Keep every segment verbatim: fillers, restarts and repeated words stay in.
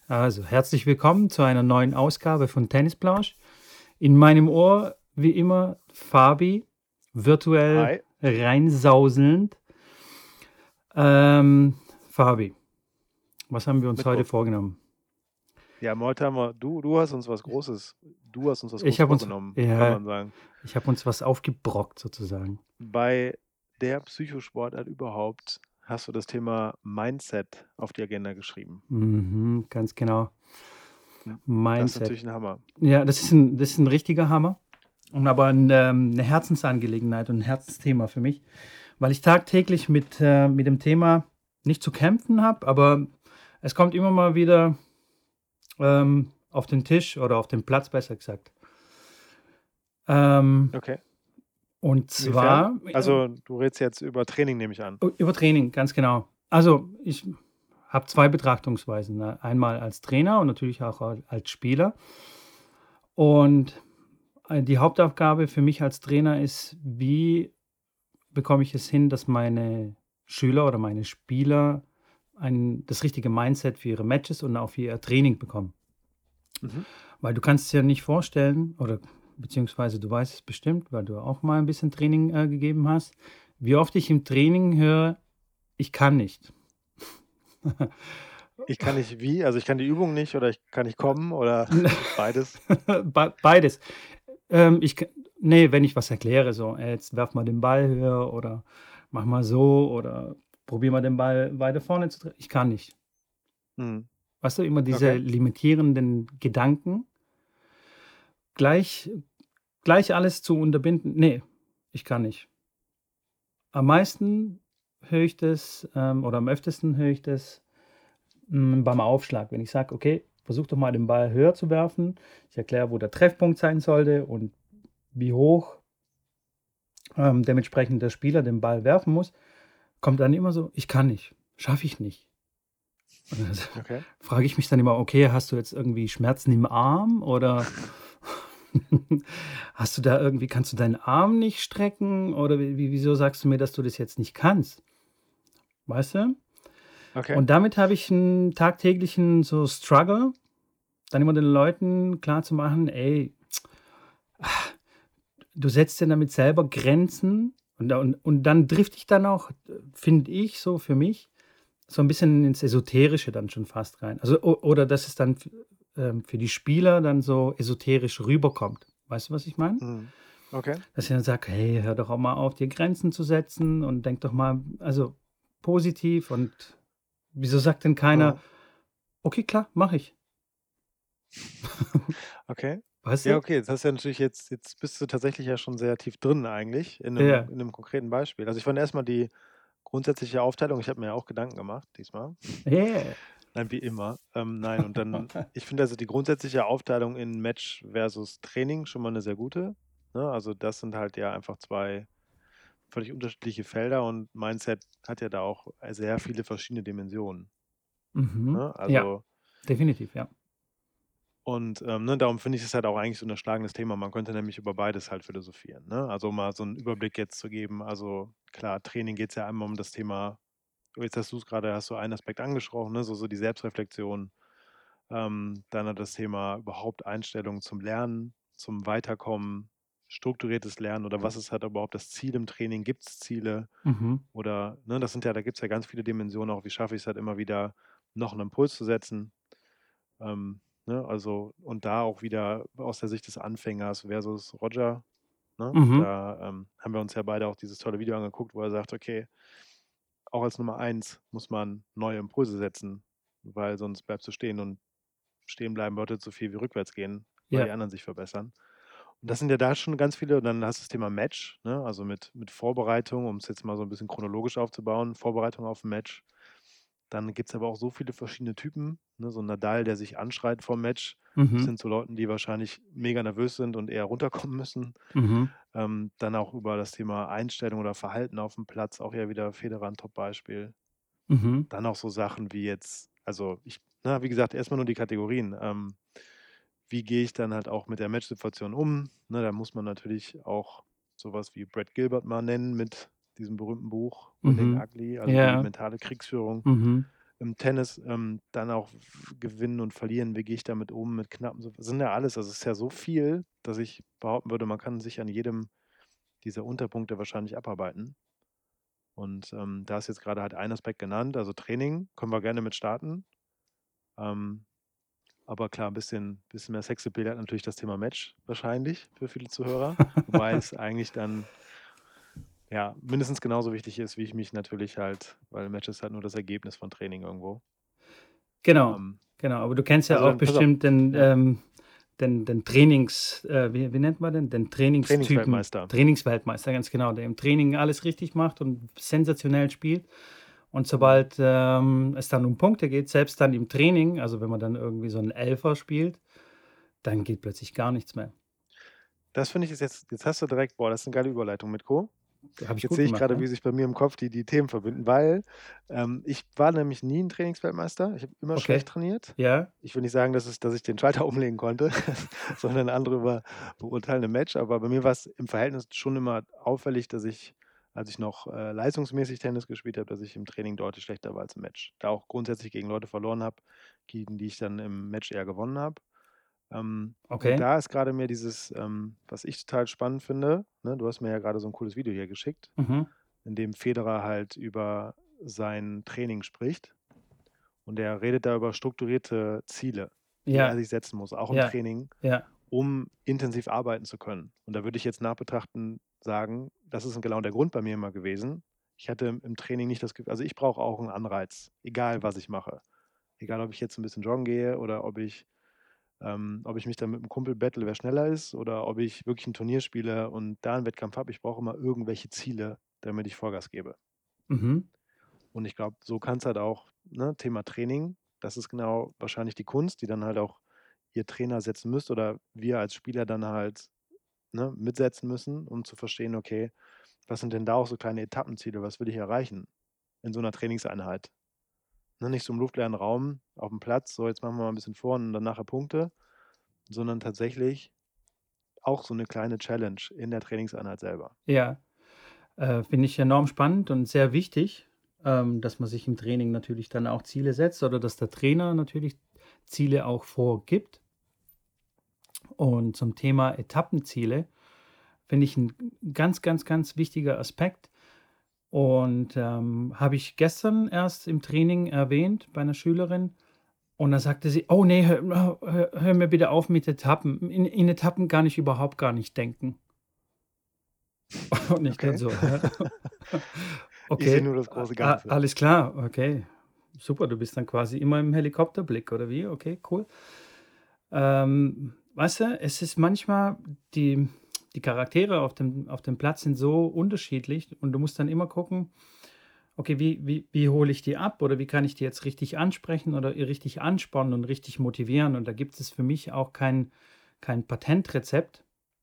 Also, herzlich willkommen zu einer neuen Ausgabe von Tennisplausch. In meinem Ohr, wie immer, Fabi, virtuell Hi. reinsauselnd. Ähm, Fabi, was haben wir uns heute Mittwoch. vorgenommen? Ja, heute haben wir du du hast uns was Großes du hast uns was Ich Großes habe uns vorgenommen, kann ja, man sagen. ich habe uns was aufgebrockt sozusagen. Bei der Psychosportart überhaupt hast du das Thema Mindset auf die Agenda geschrieben. Mhm, ganz genau. Hm, das ist Mindset. natürlich 'n Hammer. Ja, das ist 'n das ist 'n richtiger Hammer und aber 'n ähm, 'ne Herzensangelegenheit und 'n Herzensthema für mich, weil ich tagtäglich mit äh, mit dem Thema nicht zu kämpfen habe, aber es kommt immer mal wieder, ähm, auf den Tisch oder auf den Platz, besser gesagt. Ähm, Okay. und Inwiefern? zwar, ähm Also, du redest jetzt über Training, nehme ich an? U über Training, ganz genau. Also, ich habe zwei Betrachtungsweisen, ne? Einmal als Trainer und natürlich auch al als Spieler. Und, äh, die Hauptaufgabe für mich als Trainer ist: Wie bekomme ich es hin, dass meine Schüler oder meine Spieler ein das richtige Mindset für ihre Matches und auch für ihr Training bekommen? Mhm. Weil du kannst dir nicht vorstellen oder beziehungsweise du weißt es bestimmt, weil du auch mal 'n bisschen Training, äh, gegeben hast, wie oft ich im Training höre: „Ich kann nicht.“ Ich kann nicht wie? Also, ich kann die Übung nicht oder ich kann nicht kommen oder beides? Bei beides. Ähm, ich k ne, wenn ich was erkläre, so: „Ey, jetzt werf mal den Ball höher oder mach mal so oder probier mal den Ball weiter vorne zu tre“ Ich kann nicht. Mhm. Weißt du, immer diese Okay. limitierenden Gedanken gleich gleich alles zu unterbinden, ne, ich kann nicht. Am meisten höre ich das, ähm oder am öftesten höre ich das, hm, beim Aufschlag, wenn ich sage: „Okay, versuch doch mal den Ball höher zu werfen.“ Ich erkläre, wo der Treffpunkt sein sollte und wie hoch ähm, dementsprechend der Spieler den Ball werfen muss, kommt dann immer so: „Ich kann nicht, schaffe ich nicht.“ Und dann Okay. frage ich mich dann immer: „Okay, hast du jetzt irgendwie Schmerzen im Arm oder hast du da irgendwie kannst du deinen Arm nicht strecken oder wie wie wieso sagst du mir, dass du das jetzt nicht kannst?“ Weißt du? Okay. Und damit habe ich 'n tagtäglichen so Struggle, dann immer den Leuten klarzumachen: „Ey, du setzt dir damit selber Grenzen.“ Und da und und dann drifte ich dann auch, finde ich so für mich, so 'n bisschen ins Esoterische dann schon fast rein. Also, o oder dass es dann f ähm, für die Spieler dann so esoterisch rüberkommt. Weißt du, was ich meine? Mhm. Okay. Dass ich dann sage: „Hey, hör doch auch mal auf, dir Grenzen zu setzen und denk doch mal, also, positiv und wieso sagt denn keiner: Mhm. „Okay, klar, mache ich.“ Okay. Weißt Ja, du? okay, das hast du ja natürlich jetzt jetzt bist du tatsächlich ja schon sehr tief drin eigentlich in 'nem Ja. in 'nem konkreten Beispiel. Also, ich fand erst mal die grundsätzliche Aufteilung ich habe mir ja auch Gedanken gemacht diesmal. Yeah. Nein, wie immer. Ähm, nein, und dann ich finde also die grundsätzliche Aufteilung in Match versus Training schon mal 'ne sehr gute, ne? Also, das sind halt ja einfach zwei völlig unterschiedliche Felder und Mindset hat ja da auch, äh, sehr viele verschiedene Dimensionen, Mhm. ne? Ja, Also definitiv, ja. Und, ähm, ne, darum finde ich es halt auch eigentlich so 'n erschlagendes Thema. Man könnte nämlich über beides halt philosophieren, ne? Also, um mal so 'n Überblick jetzt zu geben. Also, klar, Training geht's ja einmal um das Thema jetzt hast du's grade hast du einen Aspekt angesprochen, ne, so so die Selbstreflexion. Ähm, dann halt das Thema überhaupt Einstellung zum Lernen, zum Weiterkommen, strukturiertes Lernen oder was ist halt überhaupt das Ziel im Training? Gibt's Ziele? Mhm. Oder, ne, das sind ja da gibt's ja ganz viele Dimensionen auch. Wie schaffe ich's halt immer wieder, noch 'n Impuls zu setzen? Ähm, ne, also und da auch wieder aus der Sicht des Anfängers versus Roger, ne? Mhm. Da, ähm, haben wir uns ja beide auch dieses tolle Video angeguckt, wo er sagt: „Okay“ „auch als Nummer eins muss man neue Impulse setzen, weil sonst bleibst du stehen und stehen bleiben bedeutet so viel wie rückwärts gehen, weil die Ja. anderen sich verbessern.“ Und das sind ja da schon ganz viele und dann hast du das Thema Match, ne, also mit mit Vorbereitung, um's jetzt mal so 'n bisschen chronologisch aufzubauen, Vorbereitung auf 'n Match. Dann gibt's aber auch so viele verschiedene Typen, ne, so 'n Nadal, der sich anschreit vorm Match, bis Mhm. hin zu Leuten, die wahrscheinlich mega nervös sind und eher runterkommen müssen. Mhm. Ähm, dann auch über das Thema Einstellung oder Verhalten aufm Platz, auch ja wieder Federer 'n Top-Beispiel. Mhm. Dann auch so Sachen wie jetzt also ich ne, wie gesagt, erst mal nur die Kategorien. Ähm, wie gehe ich dann halt auch mit der Matchsituation um, ne? Da muss man natürlich auch so was wie Brad Gilbert mal nennen mit diesem berühmten Buch „Winning Mhm. Ugly“, also die Ja. mentale Kriegsführung. Mhm. im Tennis, ähm, dann auch w gewinnen und verlieren, wie gehe ich damit um mit knappen so sind ja alles also, es ist ja so viel, dass ich behaupten würde, man kann sich an jedem dieser Unterpunkte wahrscheinlich abarbeiten. Und, ähm, da ist jetzt grade halt ein Aspekt genannt, also Training, können wir gerne mit starten. Ähm, aber klar, 'n bisschen bisschen mehr Sexappeal hat natürlich das Thema Match wahrscheinlich für viele Zuhörer, wobei es eigentlich dann ja, mindestens genauso wichtig ist, wie ich mich natürlich halt weil Match ist halt nur das Ergebnis von Training irgendwo. Genau, Ähm, genau. Aber du kennst ja also auch dann pass auf, bestimmt den, ja. ähm den den Trainings äh, wie wie nennt man den? Den Trainingstypen Trainingsweltmeister. Trainingsweltmeister, ganz genau, der im Training alles richtig macht und sensationell spielt. Und Mhm. sobald, ähm, es dann um Punkte geht, selbst dann im Training, also wenn man dann irgendwie so 'n Elfer spielt, dann geht plötzlich gar nichts mehr. Das finde ich ist jetzt jetzt hast du direkt boah, das ist 'ne geile Überleitung, Mitko. Habe ich Jetzt gut sehe ich gemacht, grade, ne? wie sich bei mir im Kopf die die Themen verbinden, weil, ähm, ich war nämlich nie 'n Trainingsweltmeister. Ich habe immer Okay. schlecht trainiert. Ja. Ich will nicht sagen, dass es dass ich den Schalter umlegen konnte, sondern andere über beurteilen im Match, aber bei mir war's im Verhältnis schon immer auffällig, dass ich, als ich noch, äh, leistungsmäßig Tennis gespielt habe, dass ich im Training deutlich schlechter war als im Match. Da auch grundsätzlich gegen Leute verloren habe, gegen die ich dann im Match eher gewonnen habe. Ähm, und Okay. da ist grade mir dieses, ähm was ich total spannend finde, ne, du hast mir ja grade so 'n cooles Video hier geschickt, Mhm. in dem Federer halt über sein Training spricht. Und er redet da über strukturierte Ziele, die er Ja. sich setzen muss, auch im Ja. Training, Ja. um intensiv arbeiten zu können. Und da würde ich jetzt nachbetrachtend sagen, das ist genau der Grund bei mir immer gewesen. Ich hatte im im Training nicht das Gef also, ich brauche auch 'n Anreiz, egal was ich mache. Egal, ob ich jetzt 'n bisschen joggen gehe oder ob ich ähm, ob ich mich dann mit 'm Kumpel battle, wer schneller ist oder ob ich wirklich 'n Turnier spiele und da 'n Wettkampf habe. Ich brauche immer irgendwelche Ziele, damit ich Vollgas gebe. Mhm. Und ich glaube, so kann's halt auch ne, Thema Training, das ist genau wahrscheinlich die Kunst, die dann halt auch ihr Trainer setzen müsst oder wir als Spieler dann halt, ne, mitsetzen müssen, um zu verstehen: „Okay, was sind denn da auch so kleine Etappenziele? Was will ich erreichen in so 'ner Trainingseinheit?“ Ne, nicht so im luftleeren Raum aufm Platz: „So, jetzt machen wir mal 'n bisschen vor und dann nachher Punkte“, sondern tatsächlich auch so 'ne kleine Challenge in der Trainingseinheit selber. Ja, äh, finde ich enorm spannend und sehr wichtig, ähm, dass man sich im Training natürlich dann auch Ziele setzt oder dass der Trainer natürlich Ziele auch vorgibt. Und zum Thema Etappenziele finde ich 'n ganz, ganz, ganz wichtiger Aspekt und, ähm, habe ich gestern erst im Training erwähnt bei 'ner Schülerin und da sagte sie: „Oh ne, hör hör hör mir bitte auf mit Etappen. In in Etappen kann ich überhaupt gar nicht denken.“ Und ich dann Okay. so: „Hä?“ Ich sehe Okay, nur das a große a Ganze. alles klar, okay. Super, du bist dann quasi immer im Helikopterblick oder wie? Okay, cool. Ähm, weißt du, es ist manchmal die die Charaktere auf dem auf dem Platz sind so unterschiedlich und du musst dann immer gucken: „Okay, wie wie wie hole ich die ab oder wie kann ich die jetzt richtig ansprechen oder i richtig anspornen und richtig motivieren?“ Und da gibt es für mich auch kein kein Patentrezept.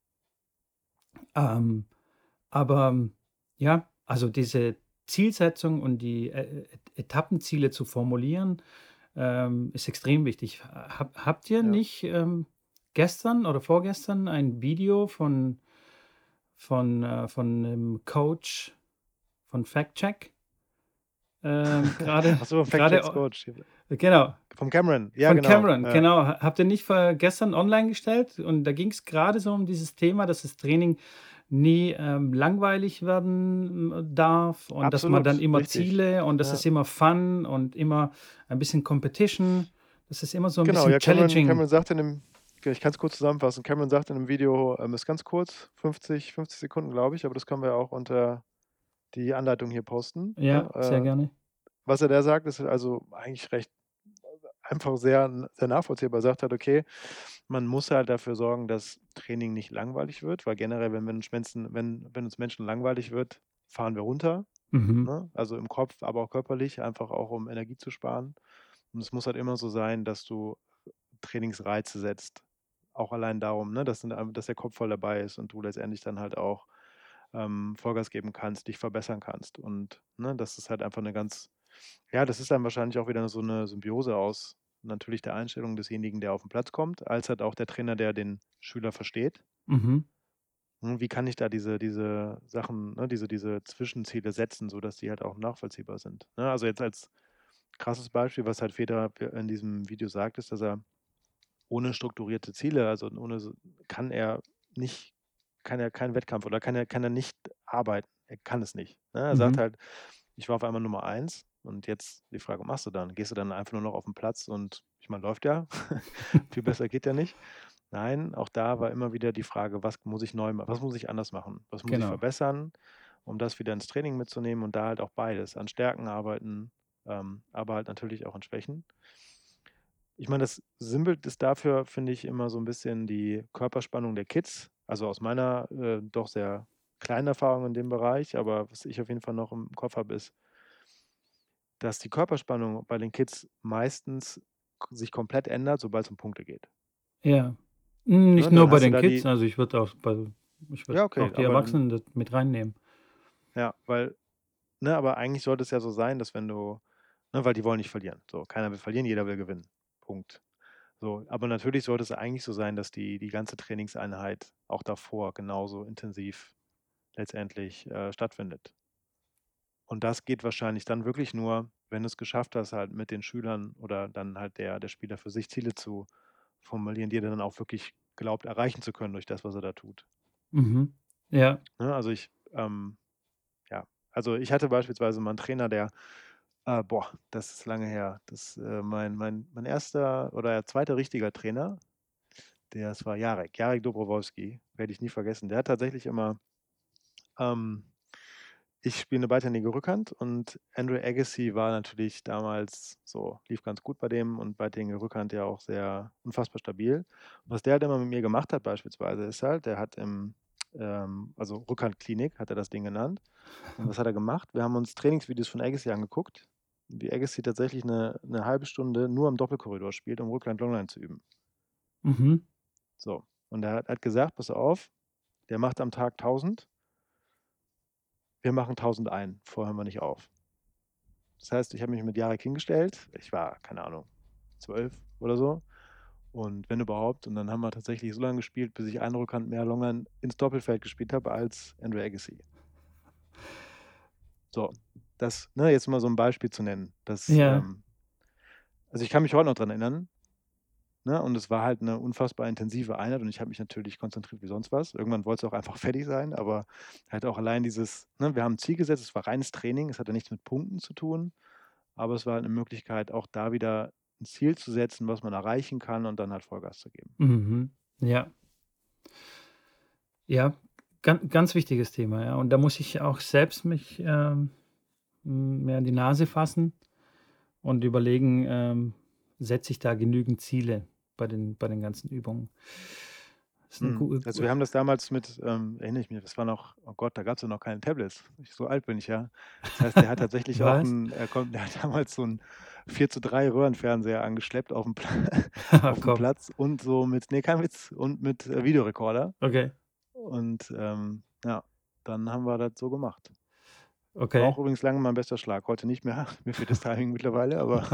Ähm, aber ja, also diese Zielsetzung und die E E Etappenziele zu formulieren, ähm, ist extrem wichtig. Ha habt ihr Ja. nicht, ähm, gestern oder vorgestern ein Video von von, äh von 'nem Coach von FactCheck ähm, grade Ach so, grade FactChecks o Coach. genau, Vom Cameron, ja von genau, Cameron, ja. genau. Ha habt ihr nicht vor gestern online gestellt und da ging's grade so um dieses Thema, dass das Training nie, ähm, langweilig werden, hm, darf und dass man dann Absolut, immer richtig. Ziele und das Ja. ist immer Fun und immer ein bisschen Competition. Das ist immer so 'n Genau, bisschen ja, Cameron challenging. Cameron sagt in 'nem okay, ich kann's kurz zusammenfassen. Cameron sagt in 'nem Video ähm, ist ganz kurz, fünfzig fünfzig Sekunden, glaube ich, aber das können wir ja auch unter die Anleitung hier posten, Ja, ne? sehr Äh, gerne. was er da sagt, ist also eigentlich recht einfach sehr n sehr nachvollziehbar. Er sagt halt: „Okay, man muss halt dafür sorgen, dass Training nicht langweilig wird“, weil generell, wenn wir uns Schwänzen wenn wenn uns Menschen langweilig wird, fahren wir runter, Mhm. ne? Also, im Kopf, aber auch körperlich, einfach auch, um Energie zu sparen. Und es muss halt immer so sein, dass du Trainingsreize setzt. Auch allein darum, ne, dass dann dass der Kopf voll dabei ist und du letztendlich dann halt auch, ähm, Vollgas geben kannst, dich verbessern kannst. Und, ne, das ist halt einfach 'ne ganz ja, das ist dann wahrscheinlich auch wieder so 'ne Symbiose aus natürlich der Einstellung desjenigen, der auf'n Platz kommt, als halt auch der Trainer, der den Schüler versteht. Mhm. Hm, wie kann ich da diese diese Sachen, ne, diese diese Zwischenziele setzen, sodass die halt auch nachvollziehbar sind, ne? Also, jetzt als krasses Beispiel, was halt Federer in diesem Video sagt, ist, dass er ohne strukturierte Ziele, also ohne so kann er nicht kann er keinen Wettkampf oder kann er kann er nicht arbeiten. Er kann es nicht, ne? Er sagt Mhm. halt: „Ich war auf einmal Nummer eins und jetzt die Frage, was machst du dann? Gehst du dann einfach nur noch auf 'n Platz und ich meine, läuft ja. Viel besser geht ja nicht. Nein, auch da war immer wieder die Frage: „Was muss ich neu ma was muss ich anders machen? Was muss ich Genau. verbessern, um das wieder ins Training mitzunehmen?“ Und da halt auch beides, an Stärken arbeiten, ähm, aber halt natürlich auch an Schwächen. Ich meine, das Sinnbild ist dafür, finde ich, immer so 'n bisschen die Körperspannung der Kids. Also, aus meiner, äh, doch sehr kleinen Erfahrung in dem Bereich, aber was ich auf jeden Fall noch im Kopf habe, ist dass die Körperspannung bei den Kids meistens k sich komplett ändert, sobald's um Punkte geht. Ja. Hm, Ne, nicht nur dann bei hast du den da Kids, die also ich würde auch bei ich würde Ja, auch okay, die aber dann Erwachsenen da mit reinnehmen. Ja, weil ne, aber eigentlich sollte es ja so sein, dass wenn du ne, weil die wollen nicht verlieren. So, keiner will verlieren, jeder will gewinnen. Punkt. So, aber natürlich sollte es eigentlich so sein, dass die die ganze Trainingseinheit auch davor genauso intensiv letztendlich, äh, stattfindet. Und das geht wahrscheinlich dann wirklich nur, wenn du's geschafft hast, halt mit den Schülern oder dann halt der der Spieler für sich Ziele zu formulieren, die er dann auch wirklich glaubt, erreichen zu können durch das, was er da tut. Mhm. Ja. Ne, also ich, ähm ja, also ich hatte beispielsweise mal 'n Trainer, der äh, boah, das ist lange her. Das, äh mein mein mein erster oder zweiter richtiger Trainer, das war Jarek, Jarek Dobrowolski, werde ich nie vergessen. Der hat tatsächlich immer ähm, ich spiele 'ne beidhändige Rückhand und Andre Agassi war natürlich damals so lief ganz gut bei dem und beidhändige Rückhand ja auch sehr unfassbar stabil. Was der halt immer mit mir gemacht hat beispielsweise, ist halt, der hat im ähm, also Rückhandklinik hat er das Ding genannt. Und was hat er gemacht? Wir haben uns Trainingsvideos von Agassi angeguckt, wie Agassi tatsächlich 'ne 'ne halbe Stunde nur im Doppelkorridor spielt, um Rückhand Longline zu üben. Mhm. So, und er hat hat gesagt: „Pass auf, der macht am Tag tausend“ „wir machen tausendundeins, vorher hören wir nicht auf.“ Das heißt, ich habe mich mit Jarek hingestellt. Ich war, keine Ahnung, zwölf oder so und wenn überhaupt und dann haben wir tatsächlich so lange gespielt, bis ich eine Rückhand mehr Longline ins Doppelfeld gespielt habe als Andre Agassi. So, das ne, jetzt mal so 'n Beispiel zu nennen, das, Ja. ähm also ich kann mich heute noch dran erinnern, ne, und es war halt 'ne unfassbar intensive Einheit und ich habe mich natürlich konzentriert wie sonst was. Irgendwann wolltest du auch einfach fertig sein, aber halt auch allein dieses ne, wir haben 'n Ziel gesetzt, es war reines Training, es hatte nichts mit Punkten zu tun, aber es war halt 'ne Möglichkeit, auch da wieder 'n Ziel zu setzen, was man erreichen kann und dann halt Vollgas zu geben. Mhm. Ja. Ja, gan ganz wichtiges Thema, ja. Und da muss ich auch selbst mich, ähm, hm, mehr an die Nase fassen und überlegen, ähm, setze ich da genügend Ziele bei den bei den ganzen Übungen. Ist 'ne Mhm. gu Also, gu wir haben das damals mit ähm, erinnere ich mich, das war noch oh Gott, da gab's ja noch keine Tablets. Ich so alt bin ich, ja. Das heißt, der hat tatsächlich auch Was? 'n er kon der hat damals so 'n vier zu drei Röhrenfernseher angeschleppt aufm Pla aufm Komm. Platz und so mit ne, kein Witz, und mit, äh, Videorekorder. Okay. Und, ähm, ja, dann haben wir das so gemacht. War Okay. auch übrigens lange mein bester Schlag. Heute nicht mehr. Mir fehlt das Timing mittlerweile, aber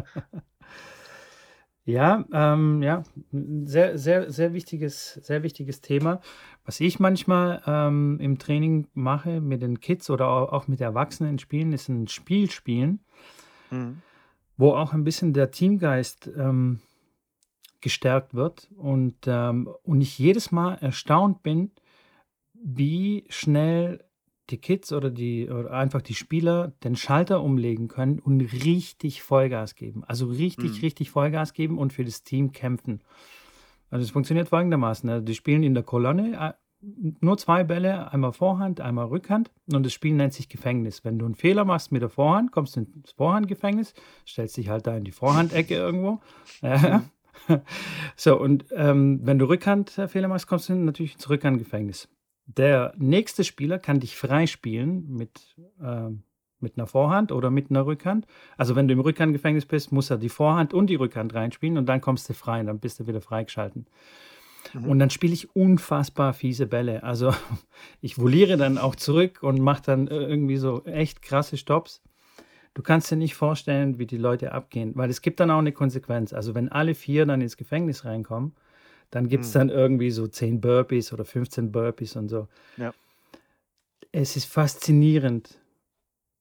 Ja, ähm, ja, 'n sehr, sehr, sehr wichtiges sehr wichtiges Thema. Was ich manchmal, ähm, im Training mache mit den Kids oder au auch mit Erwachsenen spielen, ist 'n Spiel spielen Mhm. wo auch ein bisschen der Teamgeist, ähm, gestärkt wird und, ähm und ich jedes Mal erstaunt bin, wie schnell die Kids oder die oder einfach die Spieler den Schalter umlegen können und richtig Vollgas geben. Also richtig, Mhm. richtig Vollgas geben und für das Team kämpfen. Also, es funktioniert folgendermaßen, ne? Die spielen in der Kolonne, a n nur zwei Bälle, einmal Vorhand, einmal Rückhand und das Spiel nennt sich Gefängnis. Wenn du 'n Fehler machst mit der Vorhand, kommst du ins Vorhandgefängnis, stellst dich halt da in die Vorhandecke irgendwo. Ja. Mhm. So und, ähm, wenn du Rückhand, äh, Fehler machst, kommst du natürlich ins Rückhandgefängnis. Der nächste Spieler kann dich freispielen mit, ähm mit 'ner Vorhand oder mit 'ner Rückhand. Also, wenn du im Rückhandgefängnis bist, muss er die Vorhand und die Rückhand reinspielen und dann kommst du frei, dann bist du wieder freigeschalten. Mhm. Und dann spiele ich unfassbar fiese Bälle. Also, ich voliere dann auch zurück und mache dann i irgendwie so echt krasse Stops. Du kannst dir nicht vorstellen, wie die Leute abgehen, weil es gibt dann auch 'ne Konsequenz. Also, wenn alle vier dann ins Gefängnis reinkommen, dann gibt's Mhm. dann irgendwie so zehn Burpees oder fünfzehn Burpees und so. Ja. Es ist faszinierend,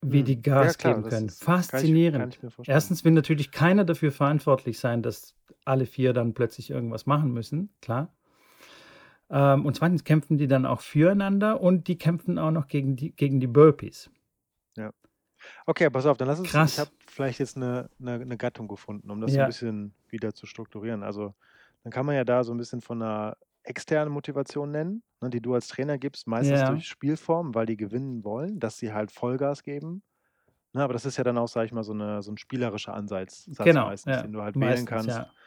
wie Mhm. die Ja Gas klar, geben das können. ist kann ich kann Faszinierend. ich mir vorstellen. Erstens will natürlich keiner dafür verantwortlich sein, dass alle vier dann plötzlich irgendwas machen müssen, klar. Ähm, und zweitens kämpfen die dann auch füreinander und die kämpfen auch noch gegen die gegen die Burpees. Ja. Okay, pass auf, dann lass uns ich Krass. habe vielleicht jetzt 'ne 'ne 'ne Gattung gefunden, um das so 'n Ja. bisschen wieder zu strukturieren. Also, dann kann man ja da so 'n bisschen von 'ner externen Motivation nennen, ne, die du als Trainer gibst, meistens Ja. durch Spielform, weil die gewinnen wollen, dass sie halt Vollgas geben. Ne, aber das ist ja dann auch, sage ich mal, so 'ne so 'n spielerischer Ansatz Satz Genau, meistens, ja, den du halt wählen meistens, kannst. ja.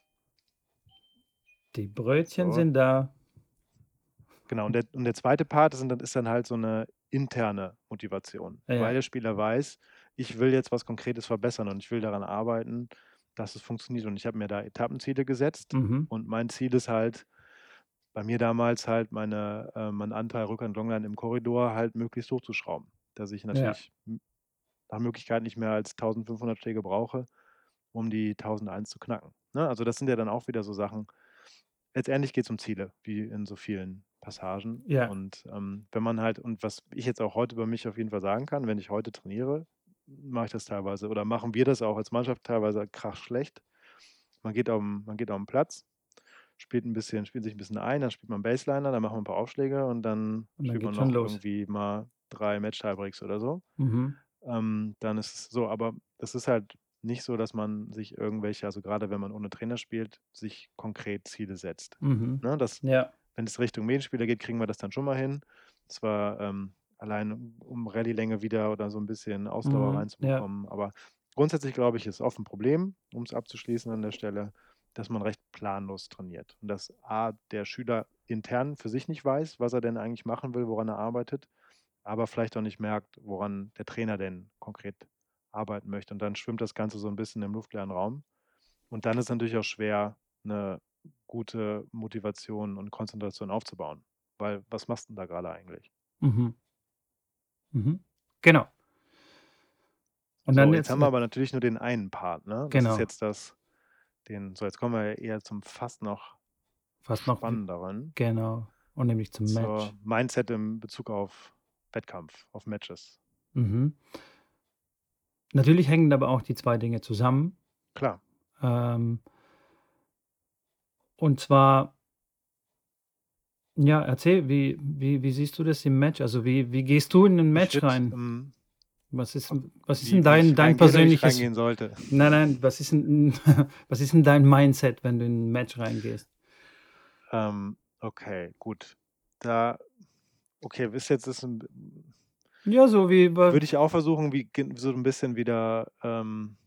Die Brötchen So. sind da. Genau, und der und der zweite Part ist dann ist dann halt so 'ne interne Motivation, weil Ja. der Spieler weiß: „Ich will jetzt was Konkretes verbessern und ich will daran arbeiten, dass es funktioniert.“ Und ich habe mir da Etappenziele gesetzt Mhm. und mein Ziel ist halt bei mir damals halt meine äh, meinen Anteil Rückhand Longline im Korridor halt möglichst hochzuschrauben, dass ich Ja. natürlich m nach Möglichkeit nicht mehr als tausendfünfhundert Schläge brauche, um die tausendeins zu knacken, ne? Also, das sind ja dann auch wieder so Sachen letztendlich geht's um Ziele, wie in so vielen Passagen. Ja. Und, ähm, wenn man halt und was ich jetzt auch heute über mich auf jeden Fall sagen kann, wenn ich heute trainiere, mache ich das teilweise oder machen wir das auch als Mannschaft teilweise krachschlecht. Man geht auf 'n man geht auf 'n Platz, spielt 'n bisschen spielt sich 'n bisschen ein, dann spielt man Baseliner, dann machen wir 'n paar Aufschläge und dann Und dann spielt man geht's schon noch los. irgendwie mal drei Match-Tiebreaks oder so. Mhm. Ähm, dann ist es so aber es ist halt nicht so, dass man sich irgendwelche also, grade wenn man ohne Trainer spielt, sich konkret Ziele setzt, Mhm. ne? Das Ja. wenn es Richtung Medenspieler geht, kriegen wir das dann schon mal hin. Zwar, ähm, allein um Rallye-Länge wieder oder so 'n bisschen Ausdauer Mhm. Ja. reinzubekommen, aber grundsätzlich glaube ich, ist oft 'n Problem, um's abzuschließen an der Stelle, dass man recht planlos trainiert und dass A, der Schüler intern für sich nicht weiß, was er denn eigentlich machen will, woran er arbeitet, aber vielleicht auch nicht merkt, woran der Trainer denn konkret arbeiten möchte. Und dann schwimmt das Ganze so 'n bisschen im luftleeren Raum. Und dann ist natürlich auch schwer, 'ne gute Motivation und Konzentration aufzubauen, weil was machst 'n da grade eigentlich? Mhm. Mhm. Genau. Und dann So, jetzt jetzt, haben wir äh aber natürlich nur den einen Part, ne? Das ist Genau. jetzt das den so, jetzt kommen wir ja eher zum fast noch Fast noch w spannenderen genau. Und nämlich zum Match. zur Mindset im Bezug auf Wettkampf, auf Matches. Mhm. Natürlich hängen aber auch die zwei Dinge zusammen. Klar. Ähm und zwar ja, erzähl, wie wie wie siehst du das im Match? Also, wie wie gehst du in 'nen Ich Match würde, rein? ähm Was ist a 'n was ist denn wie wie dein ich dein reingehe oder wie ich persönliches reingehen sollte? nein, nein, was ist 'n 'n was ist 'n dein Mindset, wenn du in 'n Match reingehst? Ähm, okay, gut. Da okay, ist jetzt ist 'n b Ja, so wie würde wa ich auch versuchen, wie gen so 'n bisschen wieder, ähm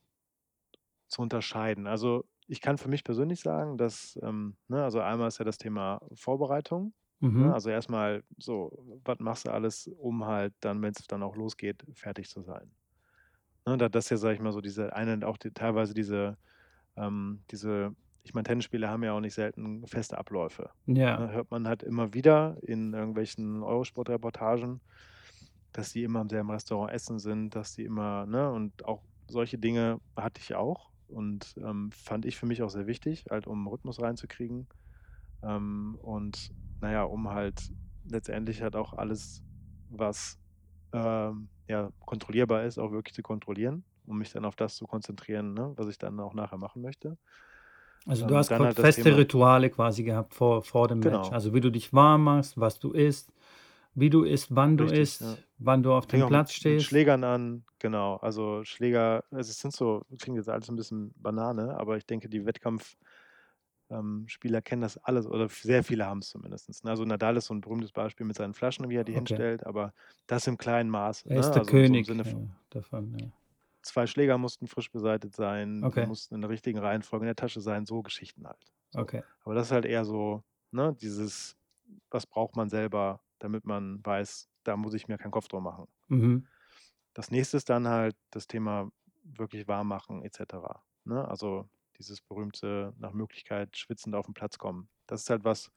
zu unterscheiden. Also, ich kann für mich persönlich sagen, dass, ähm ne, also, einmal ist ja das Thema Vorbereitung, ne? Mhm. Also, erst mal so, was machst du alles, um halt dann, wenn's dann auch losgeht, fertig zu sein? Ne, da das ist ja, sage ich mal, so diese eine auch die teilweise diese ähm, diese ich meine, Tennisspieler haben ja auch nicht selten feste Abläufe, Ja. ne? Hört man halt immer wieder in irgendwelchen Eurosport-Reportagen, dass die immer im selben Restaurant essen sind, dass die immer ne, und auch solche Dinge hatte ich auch und, ähm, fand ich für mich auch sehr wichtig, halt um 'n Rhythmus reinzukriegen. Ähm, und na ja, um halt letztendlich halt auch alles, was, ähm, ja, kontrollierbar ist, auch wirklich zu kontrollieren, um mich dann auf das zu konzentrieren, ne, was ich dann auch nachher machen möchte. Also, du Ähm, hast dann qua halt das feste Thema Rituale quasi gehabt vor vor dem Match. Genau. Also, wie du dich warm machst, was du isst, wie du isst, wann du Richtig, ja. isst, wann du auf Fing dem auch Platz mit mit stehst. Schlägern an, genau. Also, Schläger also, es sind so klingt jetzt alles 'n bisschen Banane, aber ich denke, die Wettkampf ähm, Spieler kennen das alles oder v sehr viele haben's zumindestens, ne? Also, Nadal ist so 'n berühmtes Beispiel mit seinen Flaschen, wie er die Okay. hinstellt, aber das im kleinen Maße, Er ne? ist der Also, so im König, Sinne äh, v davon, ja. zwei Schläger mussten frisch beseitet sein, die Okay. mussten in der richtigen Reihenfolge in der Tasche sein, so Geschichten halt, so. Okay. Aber das ist halt eher so, ne, dieses was braucht man selber, damit man weiß, da muss ich mir keinen Kopf drum machen. Mhm. Das Nächste ist dann halt das Thema wirklich warm machen et cetera, ne? Also, dieses berühmte nach Möglichkeit schwitzend auf 'n Platz kommen. Das ist halt was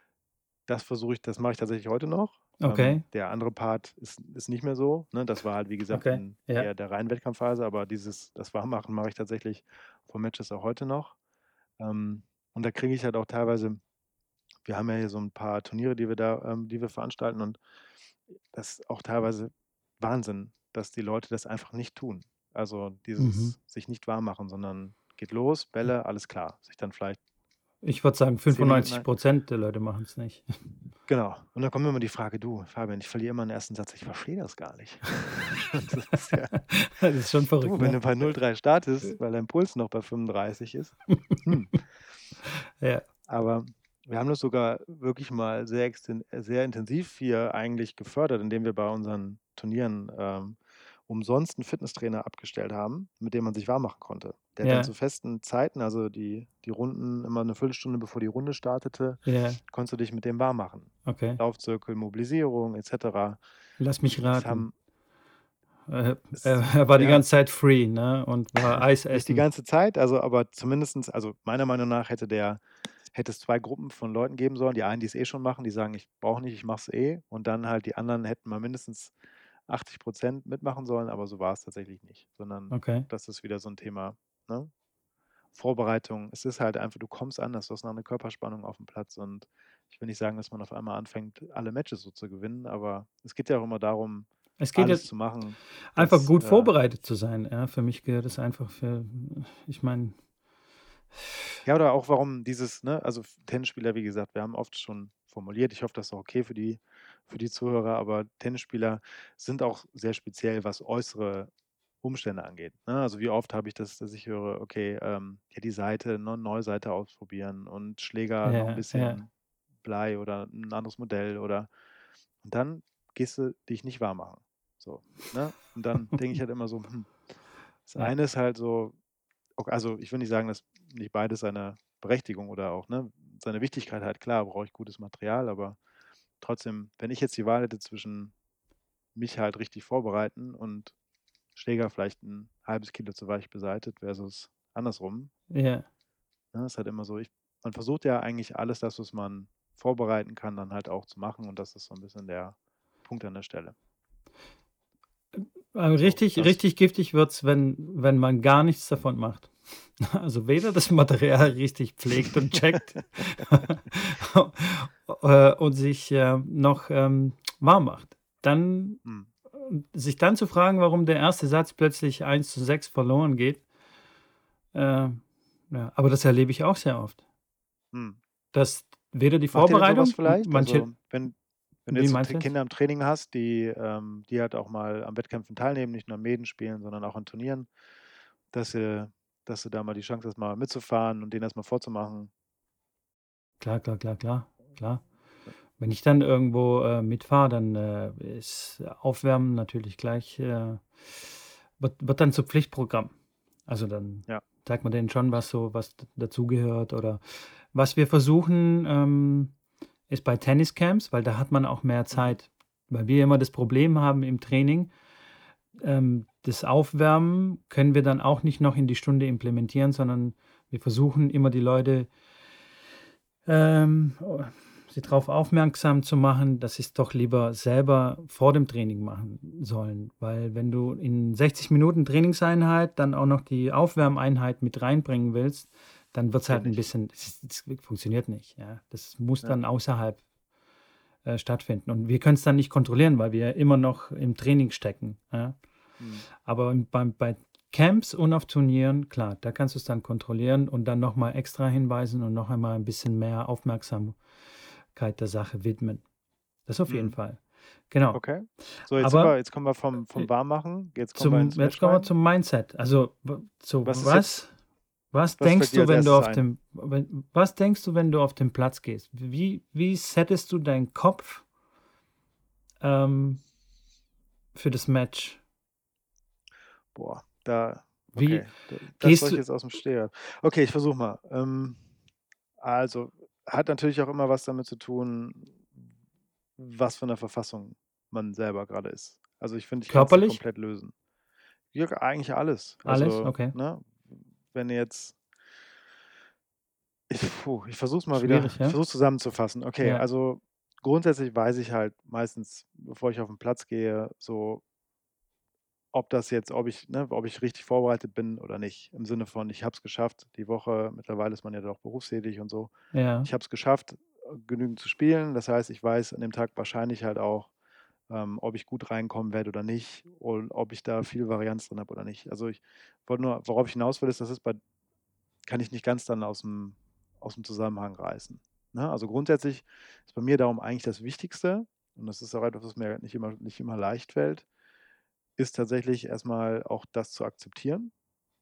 das versuche ich das mache ich tatsächlich heute noch. Ähm, Okay. der andere Part ist ist nicht mehr so, ne? Das war halt, wie gesagt, Okay, in ja. eher der reinen Wettkampfphase, aber dieses das Warmmachen mache ich tatsächlich vor Matches auch heute noch. Ähm, und da kriege ich halt auch teilweise wir haben ja hier so 'n paar Turniere, die wir da ähm, die wir veranstalten und das ist auch teilweise Wahnsinn, dass die Leute das einfach nicht tun. Also, Mhm. dieses sich nicht warm machen, sondern geht los, Hm. Bälle, alles klar. Sich dann vielleicht Ich würde sagen, zehn Minuten fünfundneunzig ein Prozent der Leute machen's nicht. Genau. Und dann kommt immer die Frage: „Du, Fabian, ich verliere immer 'n ersten Satz, ich verstehe das gar nicht.“ Das ist ja Das ist schon verrückt, du, wenn ne? du bei null drei startest, weil dein Puls noch bei fünfunddreißig ist, hm. Ja. Aber wir haben das sogar wirklich mal sehr exten äh, sehr intensiv hier eigentlich gefördert, indem wir bei unseren Turnieren, ähm, umsonst 'n Fitnesstrainer abgestellt haben, mit dem man sich warm machen konnte. Der hat dann Ja. zu festen Zeiten, also die die Runden immer 'ne Viertelstunde bevor die Runde startete, Ja. konntest du dich mit dem warm machen. Okay. Laufzirkel, Mobilisierung et cetera. Lass mich Das raten. haben Äh, Es er er war die ja. ganze Zeit free, ne, und war Eis Nicht die essen. ganze Zeit, also aber zumindestens also meiner Meinung nach hätte der hätte es zwei Gruppen von Leuten geben sollen. Die einen, die's eh schon machen, die sagen: „Ich brauche nicht, ich mache es eh.“ Und dann halt die anderen hätten mal mindestens achtzig Prozent mitmachen sollen, aber so war's tatsächlich nicht, sondern Okay. das ist wieder so 'n Thema, ne? Vorbereitung. Es ist halt einfach du kommst anders, du hast noch 'ne Körperspannung aufm Platz und ich will nicht sagen, dass man auf einmal anfängt, alle Matches so zu gewinnen, aber es geht ja auch immer darum, Es geht ja alles zu machen, einfach dass, gut äh vorbereitet zu sein, ja? Für mich gehört es einfach für ich meine Ja, oder auch warum dieses ne, also f Tennisspieler, wie gesagt, wir haben oft schon formuliert, ich hoffe, das ist auch okay für die für die Zuhörer, aber Tennisspieler sind auch sehr speziell, was äußere Umstände angeht, ne? Also, wie oft habe ich das, dass ich höre: „Okay, ähm, ja, die Seite, ne, neue Seite ausprobieren und Schläger noch 'n Ja, ja. bisschen Blei oder 'n anderes Modell“ oder und dann gehst du dich nicht warm machen, so, ne? Und dann denke ich halt immer so: „Hm“ Das Ja. eine ist halt so ok also, ich will nicht sagen, dass nicht beides seine Berechtigung oder auch, ne, seine Wichtigkeit hat. Klar brauche ich gutes Material, aber trotzdem, wenn ich jetzt die Wahl hätte zwischen mich halt richtig vorbereiten und Schläger vielleicht 'n halbes Kilo zu weich beseitet versus andersrum Ja. ne, ist halt immer so, ich man versucht ja eigentlich alles das, was man vorbereiten kann, dann halt auch zu machen und das ist so 'n bisschen der Punkt an der Stelle. Äh, So, richtig das richtig giftig wird's, wenn wenn man gar nichts davon macht. Also, weder das Material richtig pflegt und checkt, äh, und sich, äh, noch, ähm, warm macht. Dann Mhm. äh, sich dann zu fragen, warum der erste Satz plötzlich eins zu sechs verloren geht. Äh, ja, aber das erlebe ich auch sehr oft. Mhm. Dass weder die Macht ihr denn so was Vorbereitung m vielleicht? manche Also, wenn wenn du Wie jetzt so meinst T du jetzt? Kinder im Training hast, die ähm, die halt auch mal an Wettkämpfen teilnehmen, nicht nur an Medenspielen, sondern auch an Turnieren, dass du dass du da mal die Chance hast, mal mitzufahren und denen das mal vorzumachen? Klar, klar, klar, klar, klar. Ja. Wenn ich dann irgendwo, äh, mitfahre, dann, äh, ist Aufwärmen natürlich gleich, äh wird wird dann zum Pflichtprogramm. Also, dann Ja. zeigt man denen schon, was so was d dazugehört oder was wir versuchen, ähm, ist bei Tenniscamps, weil da hat man auch mehr Mhm. Zeit, weil wir immer das Problem haben im Training, ähm, das Aufwärmen können wir dann auch nicht noch in die Stunde implementieren, sondern wir versuchen immer die Leute ähm, o sie drauf aufmerksam zu machen, dass sie's doch lieber selber vor dem Training machen sollen. Weil wenn du in sechzig Minuten Trainingseinheit dann auch noch die Aufwärmeinheit mit reinbringen willst, dann wird's Geht halt 'n nicht. bisschen es es funktioniert nicht, ja. Das muss Ja. dann außerhalb, äh, stattfinden. Und wir können's dann nicht kontrollieren, weil wir immer noch im Training stecken, ja. Mhm. Aber beim bei Camps und auf Turnieren, klar, da kannst du's dann kontrollieren und dann noch mal extra hinweisen und noch einmal 'n bisschen mehr Aufmerksamkeit der Sache widmen. Das auf jeden Mhm. Fall. Genau. Okay. So, jetzt sind Aber, wir jetzt kommen wir vom äh, vom Warmmachen, jetzt kommen wir zum ins jetzt Match kommen wir rein. zum Mindset. Also, w so Was ist jetzt was was was fällt denkst dir du, als wenn du Erstes auf ein? dem wenn was denkst du, wenn du auf den Platz gehst? Wie wie settest du deinen Kopf ähm für das Match? Boah, da Wie okay, da das soll gehst ich du jetzt aus'm Stegreif okay, ich versuche mal. Ähm, also, hat natürlich auch immer was damit zu tun, was für 'ner Verfassung man selber grade ist. Also, ich finde, ich kann's nicht Körperlich? komplett lösen. Ja, eigentlich alles. Alles? Also, Okay. ne, wenn du jetzt Ich puh, ich versuche es mal wieder Schwierig, ich ja? versuche es zusammenzufassen. Okay, Ja. also, grundsätzlich weiß ich halt meistens, bevor ich auf 'n Platz gehe, so ob das jetzt ob ich ne, ob ich richtig vorbereitet bin oder nicht. Im Sinne von, ich habe es geschafft, die Woche mittlerweile ist man ja doch berufstätig und so. Ja. Ich habe es geschafft, genügend zu spielen. Das heißt, ich weiß an dem Tag wahrscheinlich halt auch, ähm, ob ich gut reinkommen werde oder nicht und ob ich da viel Varianz drin habe oder nicht. Also, ich wollte nur worauf ich hinaus will, ist, das ist bei kann ich nicht ganz dann aus'm aus'm Zusammenhang reißen, ne? Also, grundsätzlich ist bei mir darum eigentlich das Wichtigste, und das ist auch etwas, was mir nicht immer nicht immer leicht fällt, ist tatsächlich erst mal auch das zu akzeptieren,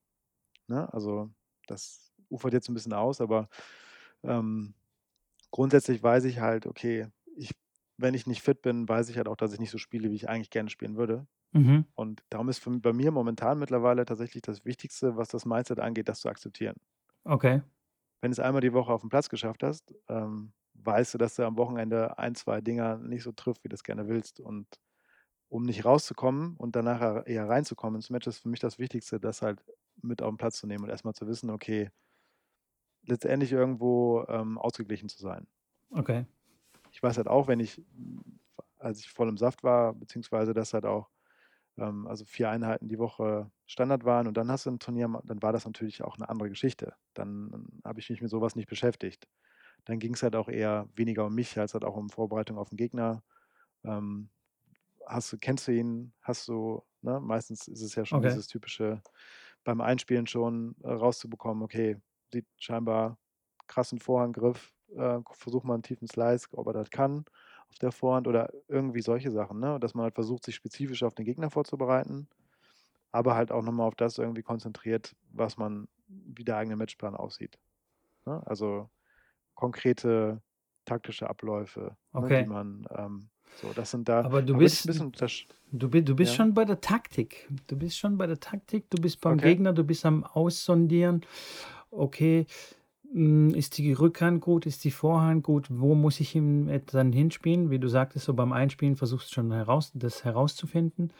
ne? Also, das ufert jetzt 'n bisschen aus, aber, ähm, grundsätzlich weiß ich halt, okay, ich wenn ich nicht fit bin, weiß ich halt auch, dass ich nicht so spiele, wie ich eigentlich gerne spielen würde. Mhm. Und darum ist für bei mir momentan mittlerweile tatsächlich das Wichtigste, was das Mindset angeht, das zu akzeptieren. Okay. Wenn du's einmal die Woche auf 'n Platz geschafft hast, ähm, weißt du, dass du am Wochenende ein, zwei Dinger nicht so trifft, wie du's gerne willst. Und um nicht rauszukommen und dann nachher eher reinzukommen ins Match, ist für mich das Wichtigste, das halt mit auf 'n Platz zu nehmen und erst mal zu wissen, okay letztendlich irgendwo, ähm, ausgeglichen zu sein. Okay. Ich weiß halt auch, wenn ich hm, als ich voll im Saft war, beziehungsweise das halt auch, ähm, also vier Einheiten die Woche Standard waren und dann hast du 'n Turnier ma dann war das natürlich auch 'ne andere Geschichte. Dann habe ich mich mit so was nicht beschäftigt. Dann ging's halt auch eher weniger um mich als halt auch um Vorbereitung auf 'n Gegner. Ähm, hast du kennst du ihn? Hast du ne, meistens ist es ja schon Okay. dieses typische beim Einspielen schon, äh, rauszubekommen: „Okay, sieht scheinbar krassen Vorhandgriff, äh, versuch mal 'n tiefen Slice, ob er das kann auf der Vorhand“, oder irgendwie solche Sachen, ne? Dass man halt versucht, sich spezifisch auf den Gegner vorzubereiten, aber halt auch noch mal auf das irgendwie konzentriert, was man wie der eigene Matchplan aussieht, ne? Also, konkrete taktische Abläufe, ne, die Okay. man, ähm so, das sind da Aber du da würde ich 'n bist bisschen untersch du bi du bist ja? schon bei der Taktik. Du bist schon bei der Taktik, du bist beim Okay. Gegner, du bist am Aussondieren. Okay, hm, ist die Rückhand gut, ist die Vorhand gut? Wo muss ich ihn et dann hinspielen? Wie du sagtest, so beim Einspielen versuchst du schon heraus das herauszufinden.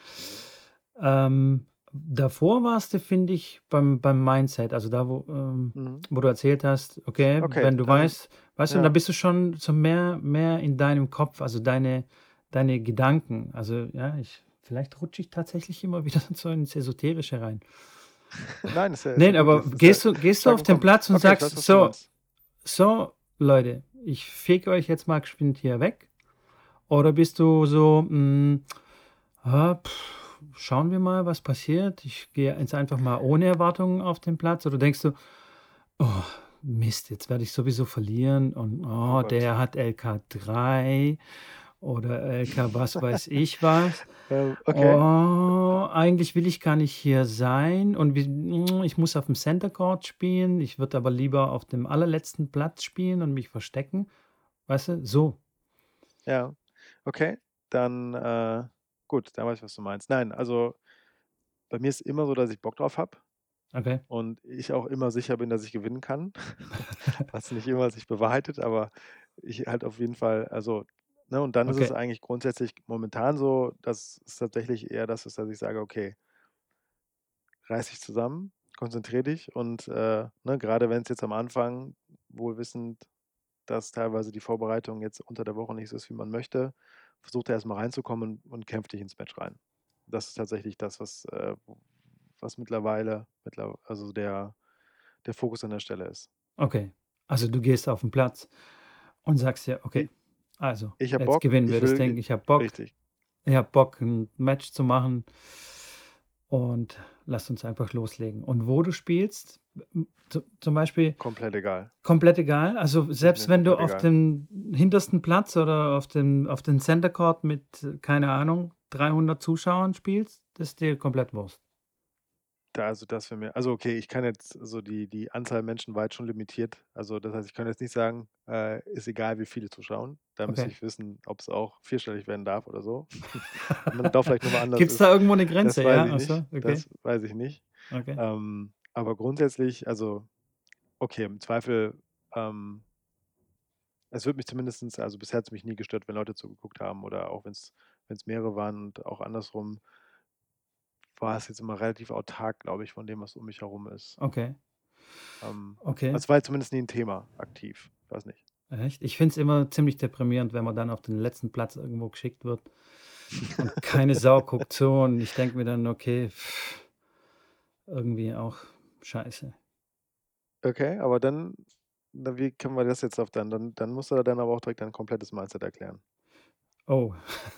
Ähm, davor warst du, finde ich, beim beim Mindset, also da, wo, ähm Mhm. wo du erzählt hast, okay, Okay, wenn du dann weißt weißt du, da ja. bist du schon so mehr mehr in deinem Kopf, also deine deine Gedanken. Also, ja, ich vielleicht rutsche ich tatsächlich immer wieder so ins Esoterische rein. Nein, ist ja ist ja Nein, gut. aber Das ist ja gehst du gehst du stark auf im den Kommen. Platz und Okay, ich sagst: weiß, was du „So meinst. so Leute, ich fege euch jetzt mal geschwind hier weg“, oder bist du so, hm: „Ah, schauen wir mal, was passiert. Ich gehe jetzt einfach mal ohne Erwartungen auf den Platz“, oder denkst du: „Oh, Mist, jetzt werde ich sowieso verlieren und, Oh oh, Gott. der hat LK drei oder LK was weiß ich was. Ähm, okay. Oh, eigentlich will ich gar nicht hier sein und wie hm, ich muss auf'm Center Court spielen. Ich würde aber lieber auf dem allerletzten Platz spielen und mich verstecken.“ Weißt du, so. Ja, okay, dann, äh gut, dann weiß ich, was du meinst. Nein, also, bei mir ist immer so, dass ich Bock drauf habe Okay. und ich auch immer sicher bin, dass ich gewinnen kann, was nicht immer sich bewahrheitet, aber ich halt auf jeden Fall also, ne, und dann ist es Okay. eigentlich grundsätzlich momentan so, dass es tatsächlich eher das ist, dass ich sage: „Okay“ „reiß dich zusammen, konzentrier dich“ und, äh, ne, grade wenn's jetzt am Anfang wohl wissend, dass teilweise die Vorbereitung jetzt unter der Woche nicht so ist, wie man möchte, versuch da erst mal reinzukommen und kämpf dich ins Match rein. Das ist tatsächlich das, was, äh was mittlerweile mittler also der der Fokus an der Stelle ist. Okay, also du gehst auf 'n Platz und sagst dir: „Okay, I also, ich habe jetzt Bock, gewinnen wir ich das will Ding. i Ich habe Bock richtig. ich habe Bock, 'n Match zu machen und lasst uns einfach loslegen.“ Und wo du spielst, m zu zum Beispiel Komplett egal. komplett egal? Also, Ist selbst mir wenn du komplett auf egal. dem hintersten Platz oder auf dem auf den Center Court mit, keine Ahnung, dreihundert Zuschauern spielst, das ist dir komplett Wurst? Da also, das wäre mir also, okay, ich kann jetzt so die die Anzahl Menschen war jetzt schon limitiert. Also, das heißt, ich kann jetzt nicht sagen, äh, ist egal, wie viele zuschauen. Da müsste Okay. ich wissen, ob's auch vierstellig werden darf oder so. Ob man da vielleicht noch mal anders Gibt's da ist, irgendwo 'ne das Grenze, weiß ja? ich Ach nicht. so, okay. Das weiß ich nicht. Okay. Ähm, aber grundsätzlich also, okay, im Zweifel, ähm es würde mich zumindestens also, bisher hat's mich nie gestört, wenn Leute zugeguckt haben oder auch wenn's wenn's mehrere waren und auch andersrum war es jetzt immer relativ autark, glaube ich, von dem, was um mich herum ist. Okay. Ähm, Okay. also, es war jetzt zumindest nie 'n Thema aktiv. Weiß nicht. Echt? Ich finde es immer ziemlich deprimierend, wenn man dann auf den letzten Platz irgendwo geschickt wird und keine Sau guckt zu und ich denke mir dann: „Okay, irgendwie auch scheiße.“ Okay, aber dann na, wie können wir das jetzt auf dann dann dann musst du dann aber auch direkt dein komplettes Mindset erklären. Oh.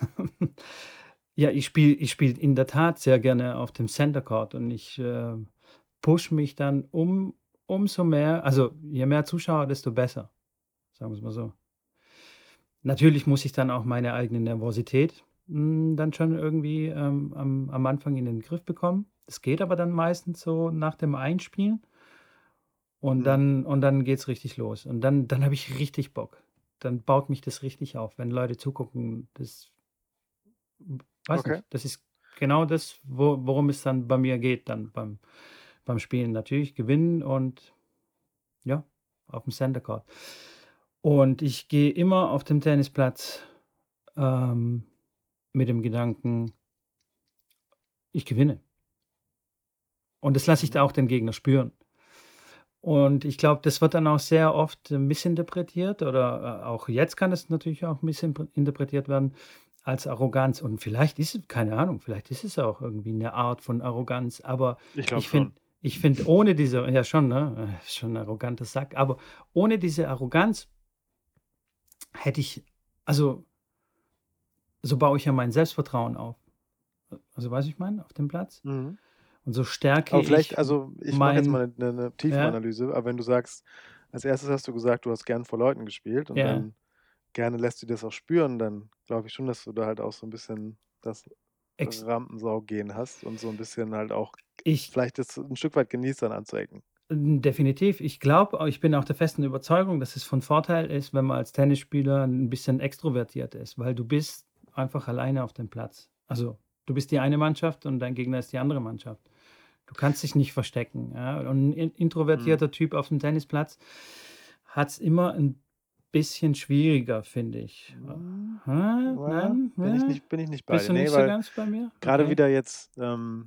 Ja, ich spiele ich spiele in der Tat sehr gerne auf dem Center Court und ich, äh, pushe mich dann um umso mehr also, je mehr Zuschauer, desto besser, sagen wir's mal so. Natürlich muss ich dann auch meine eigene Nervosität, hm, dann schon irgendwie, ähm, am am Anfang in den Griff bekommen. Das geht aber dann meistens so nach dem Einspielen und Mhm. dann und dann geht's richtig los. Und dann dann habe ich richtig Bock. Dann baut mich das richtig auf, wenn Leute zugucken. Das hm, weiß Okay. nicht, das ist genau das, wo worum es dann bei mir geht dann beim beim Spielen. Natürlich gewinnen und ja, aufm Center Court. Und ich gehe immer auf dem Tennisplatz, ähm, mit dem Gedanken ich gewinne. Und das lasse ich Mhm. da auch den Gegner spüren. Und ich glaube, das wird dann auch sehr oft äh, missinterpretiert oder, äh, auch jetzt kann es natürlich auch missinpre interpretiert werden als Arroganz. Und vielleicht ist es keine Ahnung, vielleicht ist es auch irgendwie 'ne Art von Arroganz, aber Ich glaube ich finde schon. ich finde, ohne diese ja schon, ne? Äh, schon 'n arroganter Sack, aber ohne diese Arroganz hätte ich also so baue ich ja mein Selbstvertrauen auf. Äh, also, weißt du, wie ich meine, auf dem Platz? Mhm. Und so stärke Aber vielleicht ich m also, ich mache jetzt mein mal 'ne 'ne 'ne ja, Tiefenanalyse, aber wenn du sagst als Erstes hast du gesagt, du hast gern vor Leuten gespielt und ja, dann gerne lässt du das auch spüren, dann glaube ich schon, dass du da halt auch so 'n bisschen das ex Rampensau-Gen hast und so 'n bisschen halt auch ich vielleicht das 'n Stück weit genießt, dann anzuecken. Hm, definitiv. Ich glaube ich bin auch der festen Überzeugung, dass es von Vorteil ist, wenn man als Tennisspieler 'n bisschen extrovertiert ist, weil du bist einfach alleine auf dem Platz. Also, du bist die eine Mannschaft und dein Gegner ist die andere Mannschaft. Du kannst dich nicht verstecken, ja? Und 'n in Mhm. introvertierter Typ aufm Tennisplatz hat's immer 'n bisschen schwieriger, finde ich. Hm, Hä? ja, Nein? bin ich Hä? nicht bin ich nicht bei Bist dir. du Ne, nicht so weil ganz bei mir? grade Okay. wieder jetzt, ähm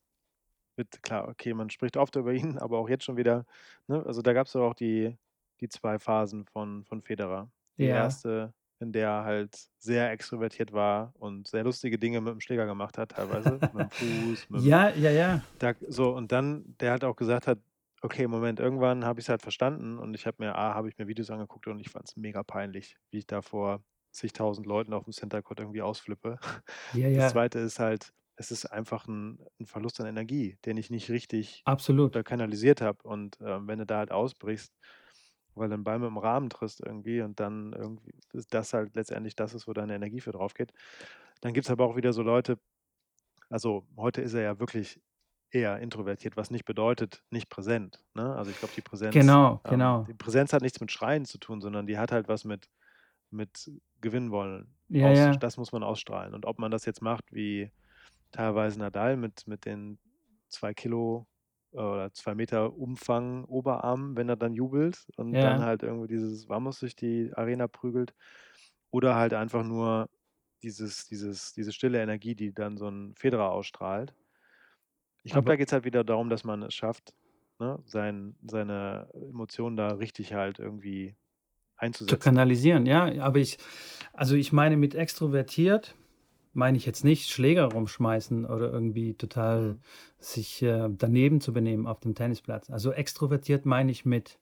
mit klar, okay, man spricht oft über ihn, aber auch jetzt schon wieder, ne? Also, da gab's doch auch die die zwei Phasen von von Federer. Die Ja. erste, in der er halt sehr extrovertiert war und sehr lustige Dinge mit'm Schläger gemacht hat teilweise, mit'm Fuß, mit'm Ja, ja, ja. da so und dann der halt auch gesagt hat: „Okay, Moment, irgendwann habe ich's halt verstanden und ich habe mir A habe ich mir Videos angeguckt und ich fand's mega peinlich, wie ich da vor zigtausend Leuten aufm Center Court irgendwie ausflippe.“ Ja, Das ja. Zweite ist halt, es ist einfach 'n 'n Verlust an Energie, den ich nicht richtig, Absolut. äh, kanalisiert habe und, ähm, wenn du da halt ausbrichst, weil du 'n Ball mit'm Rahmen triffst irgendwie und dann irgendwie ist das halt letztendlich das ist, wo deine Energie für drauf geht. Dann gibt's aber auch wieder so Leute also, heute ist er ja wirklich eher introvertiert, was nicht bedeutet, nicht präsent, ne? Also, ich glaube, die Präsenz Genau, ähm, genau. die Präsenz hat nichts mit Schreien zu tun, sondern die hat halt was mit mit gewinnen wollen Ja, auszus ja. das muss man ausstrahlen. Und ob man das jetzt macht wie teilweise Nadal mit mit den zwei Kilo oder zwei Meter Umfang Oberarm, wenn er dann jubelt und dann Ja. halt irgendwie dieses Vamos durch die Arena prügelt oder halt einfach nur dieses dieses diese stille Energie, die dann so 'n Federer ausstrahlt. Ich glaube, Aber da geht's halt wieder darum, dass man es schafft, ne, sein seine Emotionen da richtig halt irgendwie Zu einzusetzen. kanalisieren, ja, aber ich also, ich meine mit extrovertiert meine ich jetzt nicht Schläger rumschmeißen oder irgendwie total Mhm. sich, äh, daneben zu benehmen auf dem Tennisplatz. Also, extrovertiert meine ich mit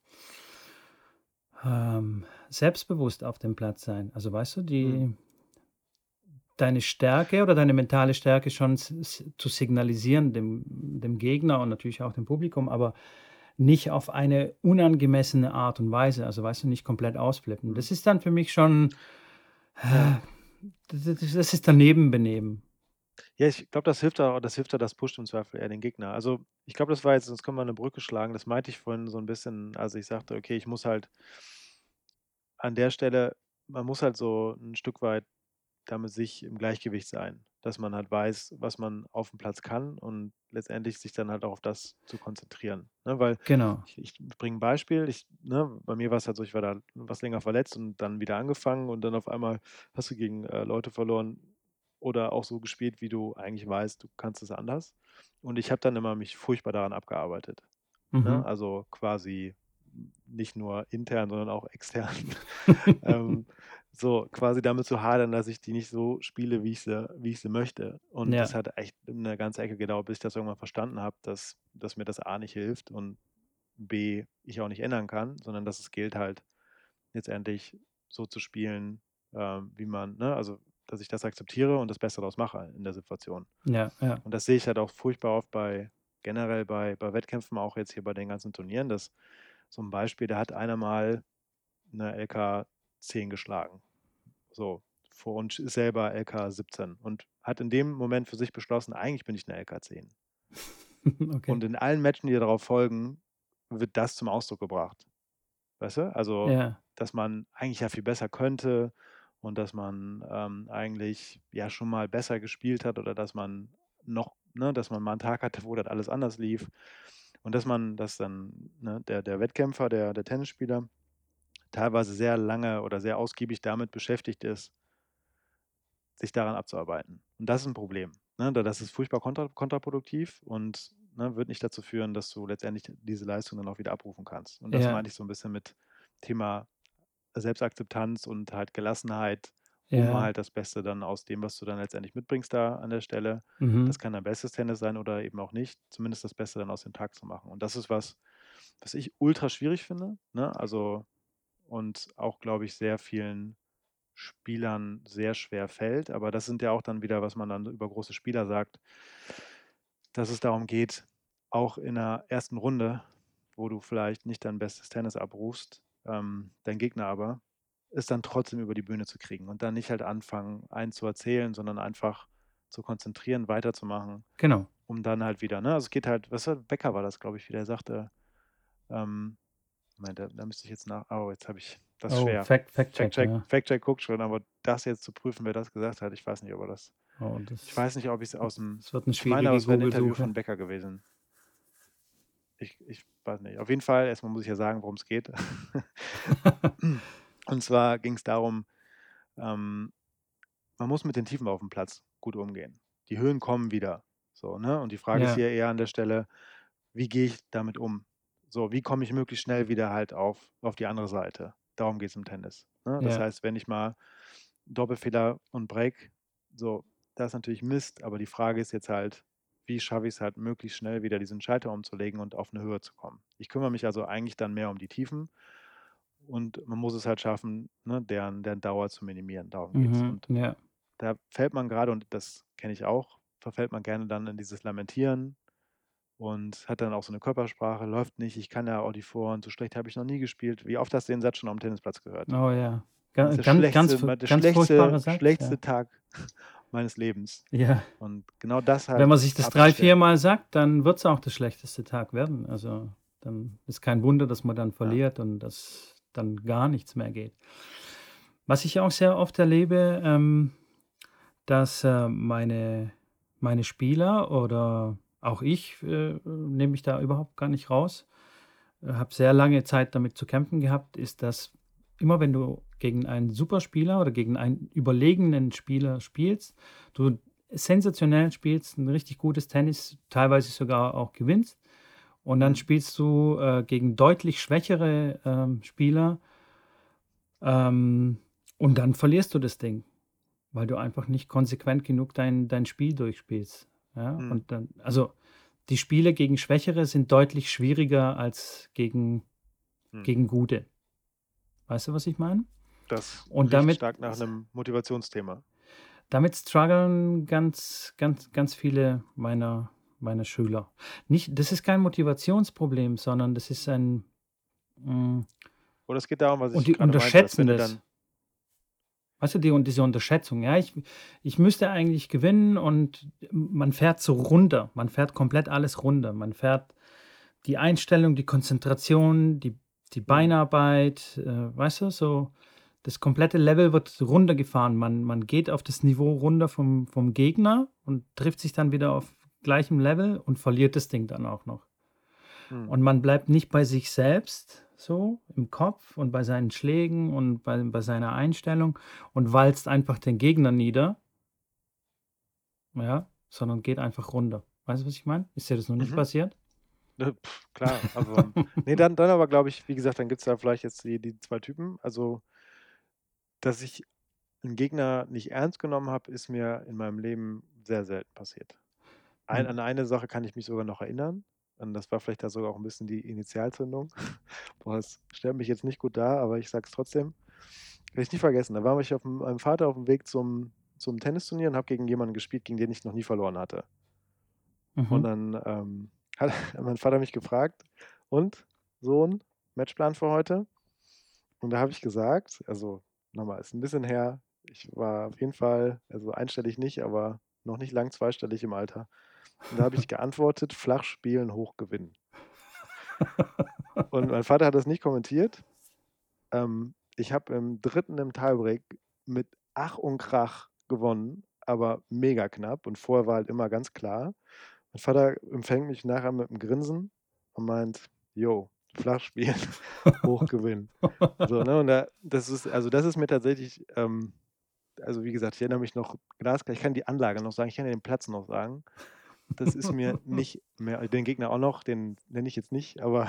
ähm, selbstbewusst auf dem Platz sein. Also, weißt du, Mhm. die deine Stärke oder deine mentale Stärke schon s s zu signalisieren dem dem Gegner und natürlich auch dem Publikum, aber nicht auf eine unangemessene Art und Weise. Also, weißt du, nicht komplett ausflippen. Mhm. Das ist dann für mich schon Ja. d d das ist daneben benehmen. Ja, ich glaube, das hilft da das hilft da das pusht im Zweifel eher den Gegner. Also, ich glaube, das war jetzt sonst können wir 'ne Brücke schlagen. Das meinte ich vorhin so 'n bisschen, als ich sagte: „Okay, ich muss halt“ an der Stelle man muss halt so 'n Stück weit da mit sich im Gleichgewicht sein, dass man halt weiß, was man aufm Platz kann und letztendlich sich dann halt auch auf das zu konzentrieren, ne? Weil Genau. ich ich bringe 'n Beispiel, ich ne, bei mir war's halt so, ich war da was länger verletzt und dann wieder angefangen und dann auf einmal hast du gegen, äh, Leute verloren oder auch so gespielt, wie du eigentlich weißt, du kannst es anders. Und ich habe dann immer mich furchtbar daran abgearbeitet, ne? Mhm. Also, quasi nicht nur intern, sondern auch extern. Ähm, so quasi damit zu hadern, dass ich die nicht so spiele, wie ich sie wie ich sie möchte. Und das Ja. hat echt 'ne ganze Ecke gedauert, bis ich das irgendwann verstanden habe, dass dass mir das A nicht hilft und B ich auch nicht ändern kann, sondern dass es gilt halt letztendlich so zu spielen, ähm, wie man ne, also, dass ich das akzeptiere und das Beste daraus mache in der Situation. Ja, ja. Und das sehe ich halt auch furchtbar oft bei generell bei bei Wettkämpfen, auch jetzt hier bei den ganzen Turnieren, dass so 'n Beispiel, da hat einer mal 'ne L K zehn geschlagen. So, vor und ist selber L K siebzehn und hat in dem Moment für sich beschlossen: „Eigentlich bin ich 'ne L K zehn." Okay. Und in allen Matchen, die darauf folgen, wird das zum Ausdruck gebracht. Weißt du? Also, Ja. dass man eigentlich ja viel besser könnte und dass man, ähm, eigentlich ja schon mal besser gespielt hat oder dass man noch ne, dass man mal 'n Tag hatte, wo das alles anders lief. Und dass man dass dann, ne, der der Wettkämpfer, der der Tennisspieler teilweise sehr lange oder sehr ausgiebig damit beschäftigt ist sich daran abzuarbeiten. Und das ist 'n Problem, ne? Da das ist furchtbar kontra kontraproduktiv und, ne, wird nicht dazu führen, dass du letztendlich diese Leistung dann auch wieder abrufen kannst. Und das Ja. meinte ich so 'n bisschen mit Thema Selbstakzeptanz und halt Gelassenheit, um Ja. halt das Beste dann aus dem, was du dann letztendlich mitbringst da an der Stelle das Mhm. kann dein bestes Tennis sein oder eben auch nicht, zumindest das Beste dann aus dem Tag zu machen. Und das ist was, was ich ultra schwierig finde, ne? Also und auch, glaube ich, sehr vielen Spielern sehr schwer fällt. Aber das sind ja auch dann wieder, was man dann über große Spieler sagt dass es darum geht, auch in 'ner ersten Runde, wo du vielleicht nicht dein bestes Tennis abrufst, ähm, dein Gegner aber, es dann trotzdem über die Bühne zu kriegen und dann nicht halt anfangen, einen zu erzählen, sondern einfach zu konzentrieren, weiterzumachen, Genau. um dann halt wieder ne, also es geht halt was war Becker war das, glaube ich, wie der sagte, ähm Moment, da da müsste ich jetzt nach oh, jetzt habe ich das ist Oh, schwer. Fact Fact Fact-Check, Check ja. Fact Check guckt schon, aber das jetzt zu prüfen, wer das gesagt hat, ich weiß nicht, ob er das Oh, ich das weiß nicht, ob ich's aus'm das wird 'ne ich meine aber, schwierige es wäre 'n Interview Google-Suche. von Becker gewesen. Ich ich weiß nicht. Auf jeden Fall erst mal muss ich ja sagen, worum's geht. Und zwar ging's darum, ähm, man muss mit den Tiefen aufm Platz gut umgehen. Die Höhen kommen wieder, so, ne? Und die Frage ist Ja. hier eher an der Stelle: „Wie gehe ich damit um?" So, wie komme ich möglichst schnell wieder halt auf auf die andere Seite? Darum geht's im Tennis, ne? Das Ja. heißt, wenn ich mal Doppelfehler und Break, so, das ist natürlich Mist, aber die Frage ist jetzt halt, wie schaffe ich's halt möglichst schnell wieder diesen Schalter umzulegen und auf 'ne Höhe zu kommen? Ich kümmere mich also eigentlich dann mehr um die Tiefen und man muss es halt schaffen, ne, deren deren Dauer zu minimieren, darum geht's. Mhm, Und ja. da fällt man grade und das kenne ich auch, verfällt man gerne dann in dieses Lamentieren und hat dann auch so 'ne Körpersprache: „Läuft nicht, ich kann ja auch die Vorhand, so schlecht habe ich noch nie gespielt." Wie oft hast du den Satz schon aufm Tennisplatz gehört? Oh ja, Und das ga ist der ganz ganz schlechteste fu ma der ganz furchtbarer schlechteste Satz, schlechteste ja. Tag meines Lebens. Ja. Und genau das Wenn halt man sich das drei, abzustellen. viermal sagt, dann wird's auch der schlechteste Tag werden. Also, dann ist kein Wunder, dass man dann Ja. verliert und dass dann gar nichts mehr geht. Was ich auch sehr oft erlebe, ähm, dass, äh, meine meine Spieler oder auch ich, äh, nehme mich da überhaupt gar nicht raus, äh, habe sehr lange Zeit damit zu kämpfen gehabt, ist, dass immer wenn du gegen einen Superspieler oder gegen einen überlegenen Spieler spielst, du sensationell spielst, 'n richtig gutes Tennis, teilweise sogar auch gewinnst und dann Mhm. spielst du, äh, gegen deutlich schwächere, ähm, Spieler ähm, und dann verlierst du das Ding, weil du einfach nicht konsequent genug dein dein Spiel durchspielst, ja? Mhm. Und dann also, die Spiele gegen Schwächere sind deutlich schwieriger als gegen Mhm. gegen Gute. Weißt du, was ich meine? Das Und riecht damit stark nach 'nem Motivationsthema. damit strugglen ganz ganz ganz viele meiner meiner Schüler. Nicht das ist kein Motivationsproblem, sondern das ist ein, hm Oder es geht darum, was und ich die grade meinte, dass wenn unterschätzen du das. dann Weißt du, die und diese Unterschätzung, ja, ich ich müsste eigentlich gewinnen und m man fährt so runter. Man fährt komplett alles runter. Man fährt die Einstellung, die Konzentration, die die Mhm. Beinarbeit, äh, weißt du, so das komplette Level wird runtergefahren. Man man geht auf das Niveau runter vom vom Gegner und trifft sich dann wieder auf gleichem Level und verliert das Ding dann auch noch. Mhm. Und man bleibt nicht bei sich selbst so im Kopf und bei seinen Schlägen und bei bei seiner Einstellung und walzt einfach den Gegner nieder ja, sondern geht einfach runter. Weißt du, was ich meine? Ist dir das noch nicht Mhm. passiert? Ne, klar, also, ne, dann dann aber, glaube ich wie gesagt, dann gibt's da vielleicht jetzt die die zwei Typen. Also dass ich 'n Gegner nicht ernst genommen habe, ist mir in meinem Leben sehr selten passiert. Ein Und an eine Sache kann ich mich sogar noch erinnern und das war vielleicht da sogar auch 'n bisschen die Initialzündung. Boah, es stellt mich jetzt nicht gut dar, aber ich sage es trotzdem. Werde ich nie vergessen, da war ich auf'm meinem Vater auf'm Weg zum zum Tennisturnier und habe gegen jemanden gespielt, gegen den ich noch nie verloren hatte. Und Mhm. dann ähm, hat mein Vater mich gefragt: „Und, Sohn, Matchplan für heute?“ Und da habe ich gesagt, also nochmal, ist ein bisschen her, ich war auf jeden Fall, also einstellig nicht, aber noch nicht lang zweistellig im Alter. Und da habe ich geantwortet: „Flach spielen, hoch gewinnen.“ Und mein Vater hat das nicht kommentiert. Ähm, ich habe im dritten im Tiebreak mit Ach und Krach gewonnen, aber mega knapp und vorher war halt immer ganz klar. Mein Vater empfängt mich nachher mit 'm Grinsen und meint: „Jo, flach spielen, hoch gewinnen.“ So, ne? Und da das ist also, das ist mir tatsächlich, ähm also, wie gesagt, ich erinnere mich noch glasklar. Ich kann die Anlage noch sagen, ich kann dir den Platz noch sagen. Das ist mir nicht mehr den Gegner auch noch, den nenne ich jetzt nicht, aber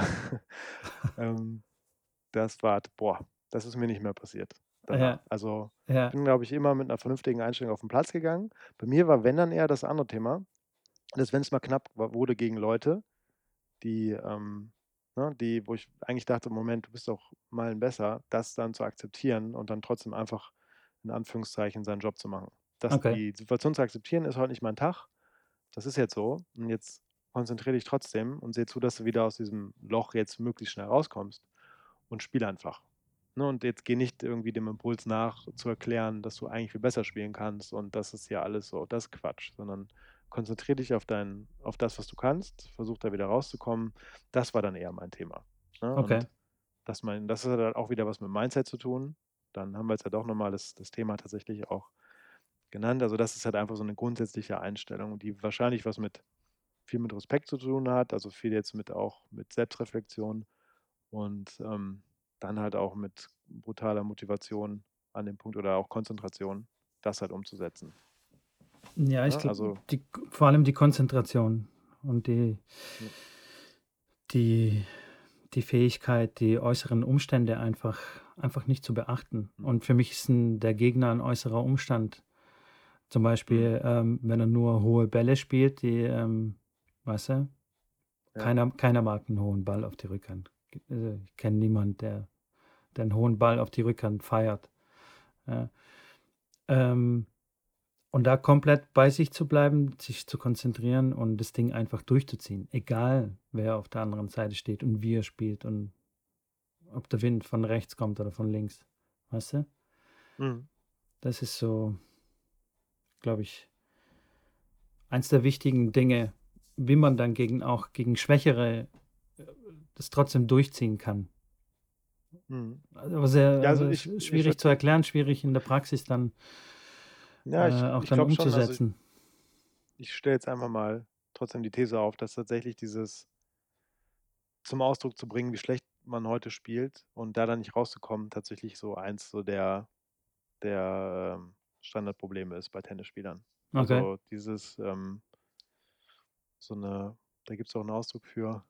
ähm, das war boah, das ist mir nicht mehr passiert danach. Ja, Also, ich ja, bin, glaube ich, immer mit 'ner vernünftigen Einstellung auf 'n Platz gegangen. Bei mir war, wenn dann eher das andere Thema, dass wenn's mal knapp wa wurde gegen Leute, die, ähm ne, die wo ich eigentlich dachte: „Moment, du bist doch Meilen besser“, das dann zu akzeptieren und dann trotzdem einfach in Anführungszeichen seinen Job zu machen. Das okay. die Situation zu akzeptieren, ist heute nicht mein Tag. Das ist jetzt so und jetzt konzentriere dich trotzdem und sehe zu, dass du wieder aus diesem Loch jetzt möglichst schnell rauskommst und spiele einfach. Ne, und jetzt geh nicht irgendwie dem Impuls nach, zu erklären, dass du eigentlich viel besser spielen kannst und das ist ja alles so, das ist Quatsch, sondern konzentriere dich auf dein auf das, was du kannst, versuch da wieder rauszukommen. Das war dann eher mein Thema, ne? Okay. Und das mein das hat halt auch wieder was mit Mindset zu tun. Dann haben wir jetzt ja doch noch mal das das Thema tatsächlich auch genannt. Also, das ist halt einfach so 'ne grundsätzliche Einstellung, die wahrscheinlich was mit viel mit Respekt zu tun hat, also viel jetzt mit auch mit Selbstreflexion und, ähm, dann halt auch mit brutaler Motivation an dem Punkt oder auch Konzentration, das halt umzusetzen, Ja, ich ne? glaube, Also die vor allem die Konzentration und die ja, die die Fähigkeit, die äußeren Umstände einfach einfach nicht zu beachten. mhm, Und für mich ist 'n der Gegner 'n äußerer Umstand. Zum mhm, Beispiel, ähm, wenn er nur hohe Bälle spielt, die, ähm weißt du? ja, Keiner keiner mag 'n hohen Ball auf die Rückhand. G also, ich kenne niemand, der der 'n hohen Ball auf die Rückhand feiert, ja. Ähm, und da komplett bei sich zu bleiben, sich zu konzentrieren und das Ding einfach durchzuziehen, egal wer auf der anderen Seite steht und wie er spielt und ob der Wind von rechts kommt oder von links, weißt du? mhm, Das ist so, glaube ich, eins der wichtigen Dinge, wie man dann gegen auch gegen Schwächere, äh, das trotzdem durchziehen kann. mhm. Aber sehr Ja, also also, ich sch ich schwierig zu würde erklären, schwierig in der Praxis dann, ja, ich äh, auch ich dann glaube schon, also ich umzusetzen. ich stelle jetzt einfach mal trotzdem die These auf, dass tatsächlich dieses zum Ausdruck zu bringen, wie schlecht man heute spielt und da dann nicht rauszukommen, tatsächlich so eins so der der, ähm, Standardprobleme ist bei Tennisspielern. Okay. Also, dieses, ähm so 'ne da gibt's auch 'n Ausdruck für.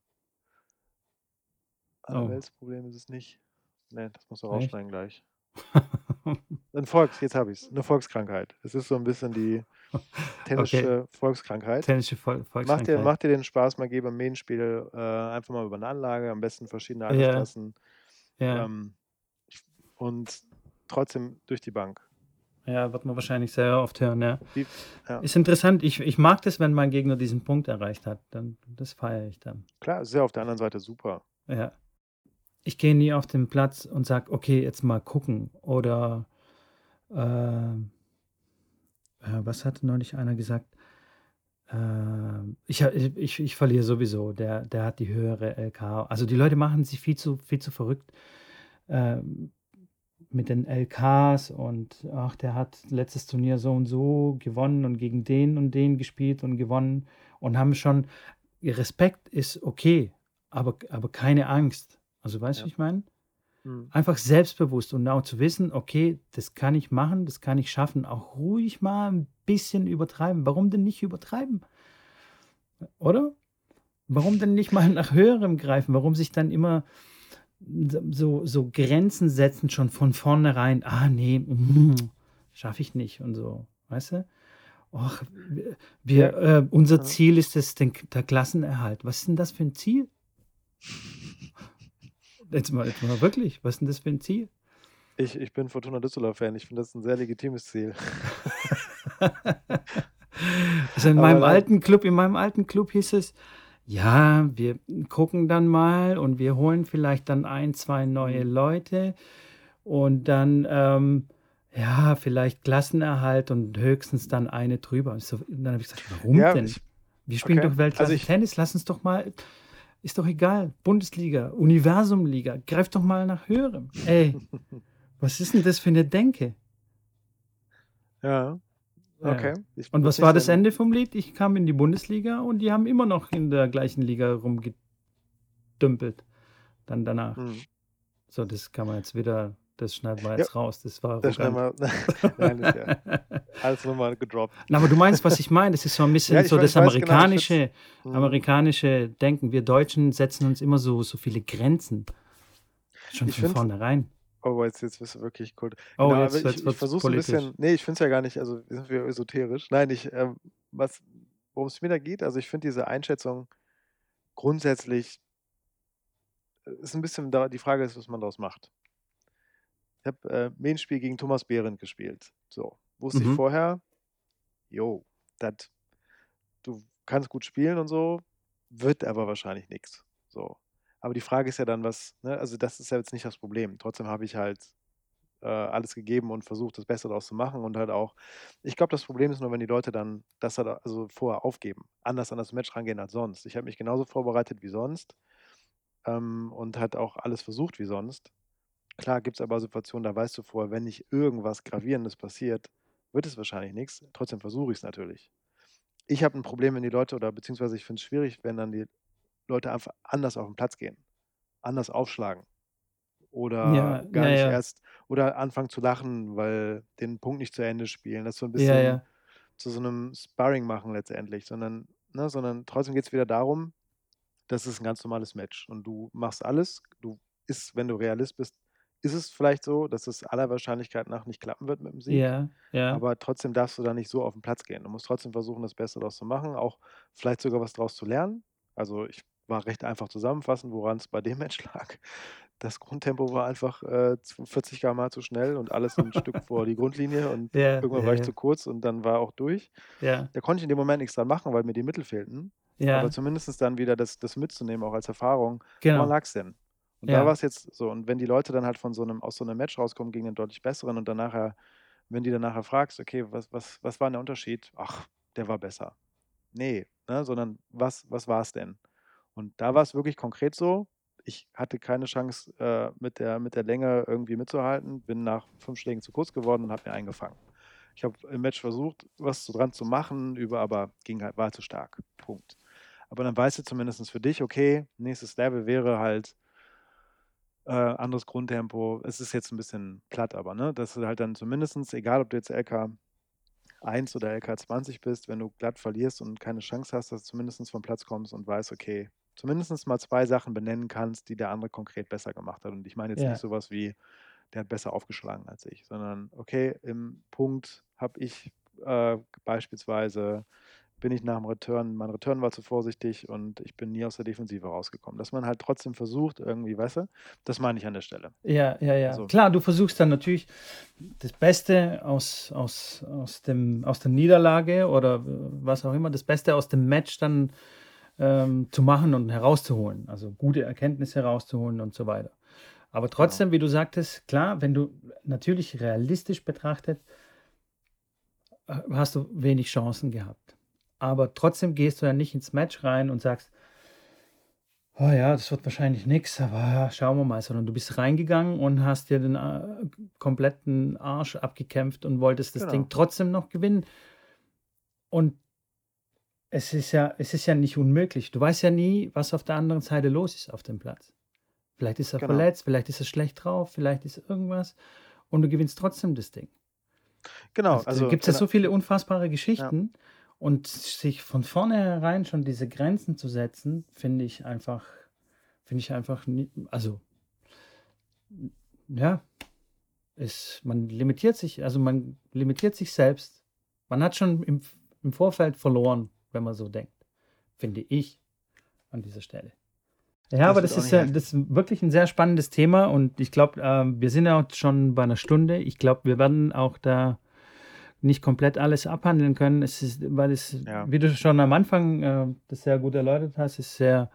Oh, Allerweltsproblem ist es nicht. Ne, das musst du echt? rausschneiden gleich. 'N Volks jetzt habe ich's, 'ne Volkskrankheit. Es ist so 'n bisschen die Okay, tennische Volkskrankheit. tennische Vol Mach dir Volkskrankheit. mach dir den Spaß mal, geh beim Medenspiel, äh, einfach mal über 'ne Anlage, am besten verschiedene Ja, Altersklassen, ja. ähm, und trotzdem durch die Bank. Ja, wird man wahrscheinlich sehr oft hören, ja. Wie ja, Ist interessant. Ich ich mag das, wenn mein Gegner diesen Punkt erreicht hat, dann das feiere ich dann. klar, ist ja auf der anderen Seite super. Ja. Ich gehe nie auf den Platz und sage: „Okay, jetzt mal gucken.“ Oder, ähm, äh, was hatte neulich einer gesagt? Ähm, ich ha ich ich ich verliere sowieso, der der hat die höhere L K. Also, die Leute machen sich viel zu viel zu verrückt, ähm, mit den L Ks und: „Ach, der hat letztes Turnier so und so gewonnen und gegen den und den gespielt und gewonnen“ und haben schon Respekt ist okay, aber aber keine Angst. Also, weißt du, Ja. wie ich meine? Mhm. Einfach selbstbewusst und auch zu wissen: „Okay, das kann ich machen, das kann ich schaffen.“ Auch ruhig mal 'n bisschen übertreiben. Warum denn nicht übertreiben, oder? Warum denn nicht mal nach Höherem greifen? Warum sich dann immer so so Grenzen setzen schon von vornherein: „Ah ne, mhm, schaffe ich nicht“ und so, weißt du? Och, wir Ja, wir äh, unser ja. Ziel ist es, den K der Klassenerhalt. Was ist 'n das für 'n Ziel? Jetzt mal jetzt mal wirklich, was ist 'n das für 'n Ziel? Ich ich bin Fortuna Düsseldorf-Fan. Ich finde das 'n sehr legitimes Ziel. Also in Aber meinem nein. alten Club, in meinem alten Club hieß es, ja, wir gucken dann mal und wir holen vielleicht dann ein, zwei neue Hm. Leute und dann, ähm, ja, vielleicht Klassenerhalt und höchstens dann eine drüber. Ich so, dann habe ich gesagt, warum Ja, denn? ich, Wir spielen okay. doch Also Weltklasse ich, Tennis, lass uns doch mal, ist doch egal, Bundesliga, Universumliga, greif doch mal nach höherem. Ey, was ist denn das für eine Denke? ja, Ja. okay. Ich Und würde was nicht war das sagen, Ende vom Lied? Ich kam in die Bundesliga und die haben immer noch in der gleichen Liga rumgedümpelt. Dann danach. hm. So, das kann man jetzt wieder, das schneiden wir Ja, jetzt raus. Das war das schnell arrogant. mal. Nein, das ist ja alles nochmal gedroppt. Na, aber du meinst, was ich meine? Das ist so ein Ja, bisschen ich, so we- ich das weiß genau, ich finde es. amerikanische, amerikanische Denken. Wir Deutschen setzen uns immer so, so viele Grenzen. Schon Ich von finde, vornherein. oh, jetzt, jetzt bist du wirklich cool. Oh, Genau, aber jetzt, ich, jetzt ich wird's versuche so ein politisch. bisschen, nee, ich finde es ja gar nicht, also sind wir esoterisch. Nein, ich, ähm, was, worum es mir da geht, also ich finde diese Einschätzung grundsätzlich, äh, ist ein bisschen da, die Frage ist, was man daraus macht. Ich habe äh, Main-Spiel gegen Thomas Behrendt gespielt. So, wusste ich Mhm. vorher, jo, dat, du kannst gut spielen und so, wird aber wahrscheinlich nichts. So. Aber die Frage ist ja dann, was, ne, also das ist ja jetzt nicht das Problem. Trotzdem habe ich halt äh, alles gegeben und versucht, das Beste daraus zu machen und halt auch, ich glaube, das Problem ist nur, wenn die Leute dann das halt also vorher aufgeben, anders an das Match rangehen als sonst. Ich habe mich genauso vorbereitet wie sonst ähm, und hat auch alles versucht wie sonst. Klar gibt es aber Situationen, da weißt du vorher, wenn nicht irgendwas Gravierendes passiert, wird es wahrscheinlich nichts. Trotzdem versuche ich es natürlich. Ich habe ein Problem, wenn die Leute, oder beziehungsweise ich finde es schwierig, wenn dann die Leute einfach anders auf den Platz gehen, anders aufschlagen oder Ja, gar ja, nicht ja. erst oder anfangen zu lachen, weil den Punkt nicht zu Ende spielen. Das so ein Ja, bisschen ja. zu so einem Sparring machen letztendlich, sondern, ne, sondern trotzdem geht es wieder darum, das ist ein ganz normales Match und du machst alles. Du ist, wenn du Realist bist, ist es vielleicht so, dass es aller Wahrscheinlichkeit nach nicht klappen wird mit dem Sieg, Ja, ja. aber trotzdem darfst du da nicht so auf den Platz gehen. Du musst trotzdem versuchen, das Beste daraus zu machen, auch vielleicht sogar was daraus zu lernen. Also ich war recht einfach zusammenfassen, woran es bei dem Match lag. Das Grundtempo war einfach äh, zu- vierzig Kilometer pro Stunde zu schnell und alles ein Stück vor die Grundlinie und Ja, irgendwann ja, war ich ja. zu kurz und dann war auch durch. Ja, Da konnte ich in dem Moment nichts dran machen, weil mir die Mittel fehlten. Aber ja, zumindest dann wieder das, das mitzunehmen, auch als Erfahrung, woran genau. lag es denn? Und da war Ja, es jetzt so. Und wenn die Leute dann halt von so einem, aus so einem Match rauskommen gegen einen deutlich besseren und dann nachher, wenn die dann nachher fragst, okay, was, was, was war denn der Unterschied? Ach, der war besser. Nee, ne, sondern was, was war es denn? Und da war es wirklich konkret so. Ich hatte keine Chance, äh, mit der, mit der Länge irgendwie mitzuhalten, bin nach fünf Schlägen zu kurz geworden und habe mir eingefangen. Ich habe im Match versucht, was dran zu machen, über, aber ging halt, war zu stark. Punkt. Aber dann weißt du zumindest für dich, okay, nächstes Level wäre halt äh, anderes Grundtempo. Es ist jetzt ein bisschen platt, aber ne, dass du halt dann zumindest, egal ob du jetzt L K eins oder L K zwanzig bist, wenn du glatt verlierst und keine Chance hast, dass du zumindest vom Platz kommst und weißt, okay, zumindest mal zwei Sachen benennen kannst, die der andere konkret besser gemacht hat. Und ich meine jetzt nicht ja. sowas wie, der hat besser aufgeschlagen als ich, sondern okay, im Punkt habe ich äh, beispielsweise, bin ich nach dem Return, mein Return war zu vorsichtig und ich bin nie aus der Defensive rausgekommen. Dass man halt trotzdem versucht, irgendwie, weißt du, das meine ich an der Stelle. Ja, ja, ja. Also, Klar, du versuchst dann natürlich das Beste aus, aus, aus, dem, aus der Niederlage oder äh, was auch immer, das Beste aus dem Match dann ähm, zu machen und herauszuholen. Also gute Erkenntnisse herauszuholen und so weiter. Aber genau. trotzdem, wie du sagtest, klar, wenn du natürlich realistisch betrachtet, äh, hast du wenig Chancen gehabt. Aber trotzdem gehst du ja nicht ins Match rein und sagst, oh ja, das wird wahrscheinlich nix, aber ja, schauen wir mal, sondern du bist reingegangen und hast dir den äh, kompletten Arsch abgekämpft und wolltest das Ding Genau. trotzdem noch gewinnen. Und es ist ja, es ist ja nicht unmöglich. Du weißt ja nie, was auf der anderen Seite los ist auf dem Platz. Vielleicht ist er Genau. verletzt, vielleicht ist er schlecht drauf, vielleicht ist irgendwas und du gewinnst trotzdem das Ding. Genau. Also da Also, gibt es ja genau. so viele unfassbare Ja. Geschichten und sich von vornherein schon diese Grenzen zu setzen, finde ich einfach, finde ich einfach, nie, also ja, ist, man limitiert sich, also man limitiert sich selbst. Man hat schon im, im Vorfeld verloren, wenn man so denkt, finde ich an dieser Stelle. Ja, Das aber wird das auch ist nicht ja, helfen. das ist wirklich ein sehr spannendes Thema und ich glaube, ähm, wir sind ja auch schon bei einer Stunde. Ich glaube, wir werden auch da nicht komplett alles abhandeln können. Es ist, weil es, Ja. wie du schon am Anfang äh, das sehr gut erläutert hast, ist sehr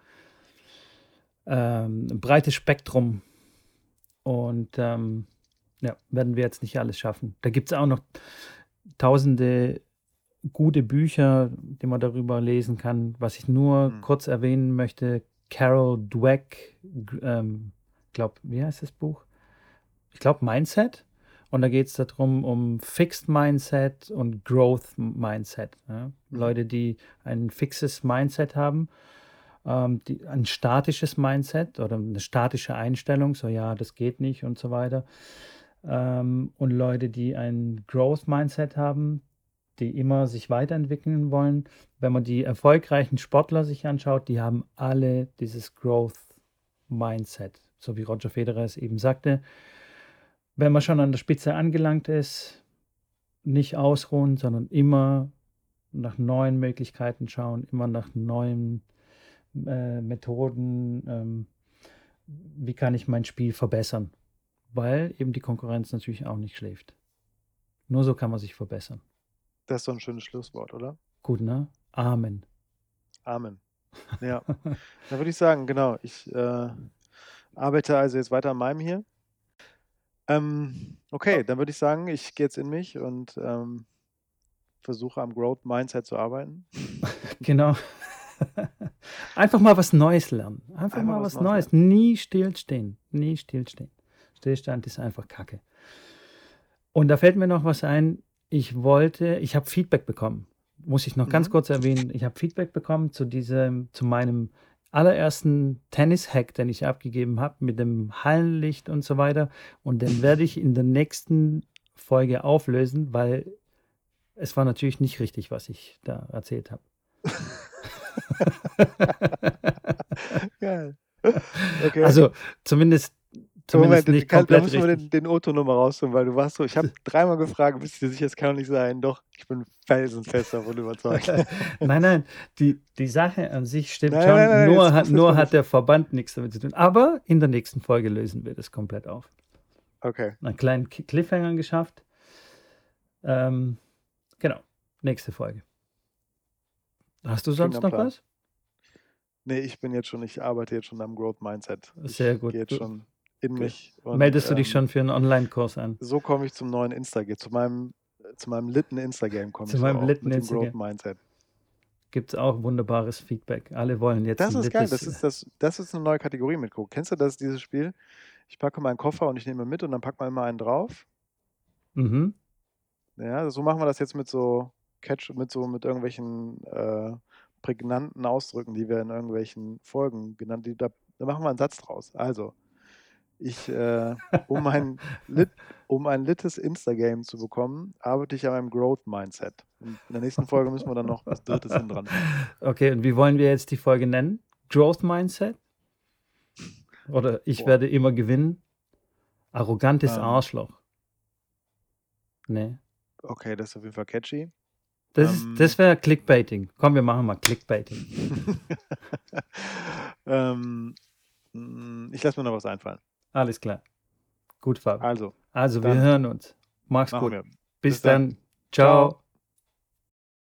ähm, ein breites Spektrum. Und ähm, ja, werden wir jetzt nicht alles schaffen. Da gibt es auch noch tausende gute Bücher, die man darüber lesen kann. Was ich nur Hm. kurz erwähnen möchte, Carol Dweck, g- ähm, glaube, wie heißt das Buch? Ich glaube Mindset. Und da geht es darum, um Fixed Mindset und Growth Mindset. Ja? Mhm. Leute, die ein fixes Mindset haben, ähm, die, ein statisches Mindset oder eine statische Einstellung, so ja, das geht nicht und so weiter. Ähm, und Leute, die ein Growth Mindset haben, die immer sich weiterentwickeln wollen. Wenn man die erfolgreichen Sportler sich anschaut, die haben alle dieses Growth Mindset, so wie Roger Federer es eben sagte. Wenn man schon an der Spitze angelangt ist, nicht ausruhen, sondern immer nach neuen Möglichkeiten schauen, immer nach neuen äh, Methoden, ähm, wie kann ich mein Spiel verbessern, weil eben die Konkurrenz natürlich auch nicht schläft. Nur so kann man sich verbessern. Das ist so ein schönes Schlusswort, oder? Gut, ne? Amen. Amen. Ja, dann würde ich sagen, genau, ich äh, arbeite also jetzt weiter an meinem hier. Ähm, okay, dann würde ich sagen, ich gehe jetzt in mich und ähm, versuche am Growth Mindset zu arbeiten. Genau. Einfach mal was Neues lernen. Einfach, Einfach mal was was Neues Neues. Nie stillstehen. Nie stillstehen. Stillstand ist einfach Kacke. Und da fällt mir noch was ein. Ich wollte, ich habe Feedback bekommen. Muss ich noch ganz Mhm. kurz erwähnen. Ich habe Feedback bekommen zu diesem, zu meinem allerersten Tennis-Hack, den ich abgegeben habe, mit dem Hallenlicht und so weiter. Und den werde ich in der nächsten Folge auflösen, weil es war natürlich nicht richtig, was ich da erzählt habe. Geil. Okay. Also zumindest, Moment, zumindest nicht kann, da komplett müssen wir richtig. den, den O-Ton nochmal rausholen, weil du warst so, ich habe dreimal gefragt, bist du dir sicher, es kann doch nicht sein. Doch, ich bin felsenfest davon überzeugt. Nein, nein, die, die Sache an sich stimmt Nein, nein, schon, nein, nur, jetzt hat, muss jetzt nur mal hat nicht. der Verband nichts damit zu tun. Aber in der nächsten Folge lösen wir das komplett auf. Okay. Einen kleinen Ki- Cliffhanger geschafft. Ähm, genau, nächste Folge. Hast du Klingt sonst nach noch Plan. was? Nee, ich bin jetzt schon, ich arbeite jetzt schon am Growth Mindset. Ich Sehr gehe gut. jetzt Du, schon in ge- mich und meldest du dich ähm, schon für einen Online-Kurs an? so komme ich zum neuen Instagram, zu meinem, zu meinem litten Instagram komme Zu ich so meinem auch Litten mit dem Growth Instagram Mindset. gibt es auch wunderbares Feedback. Alle wollen jetzt Das ein ist geil, Littes. das ist das, das ist eine neue Kategorie mit Co. Kennst du das, dieses Spiel? Ich packe meinen Koffer und ich nehme mit und dann packt man immer einen drauf. Mhm. Ja, so machen wir das jetzt mit so Catch, mit so mit irgendwelchen äh, prägnanten Ausdrücken, die wir in irgendwelchen Folgen genannt, die, da, da machen wir einen Satz draus. Also, ich, äh, um ein Lit, um ein littes Instagame zu bekommen, arbeite ich an meinem Growth Mindset. Und in der nächsten Folge müssen wir dann noch was Drittes hin dran packen. Okay, und wie wollen wir jetzt die Folge nennen? Growth Mindset? Oder ich Boah. werde immer gewinnen? Arrogantes Ähm, Arschloch. Nee. okay, das ist auf jeden Fall catchy. Das, ist- Ähm, das wäre Clickbaiting. Komm, wir machen mal Clickbaiting. ähm, mh, ich lasse mir noch was einfallen. Alles klar. Gut, Fabi. Also, Also, wir dann hören uns. Mach's machen gut. wir. Bis Bis dann. dann. Ciao. Ciao.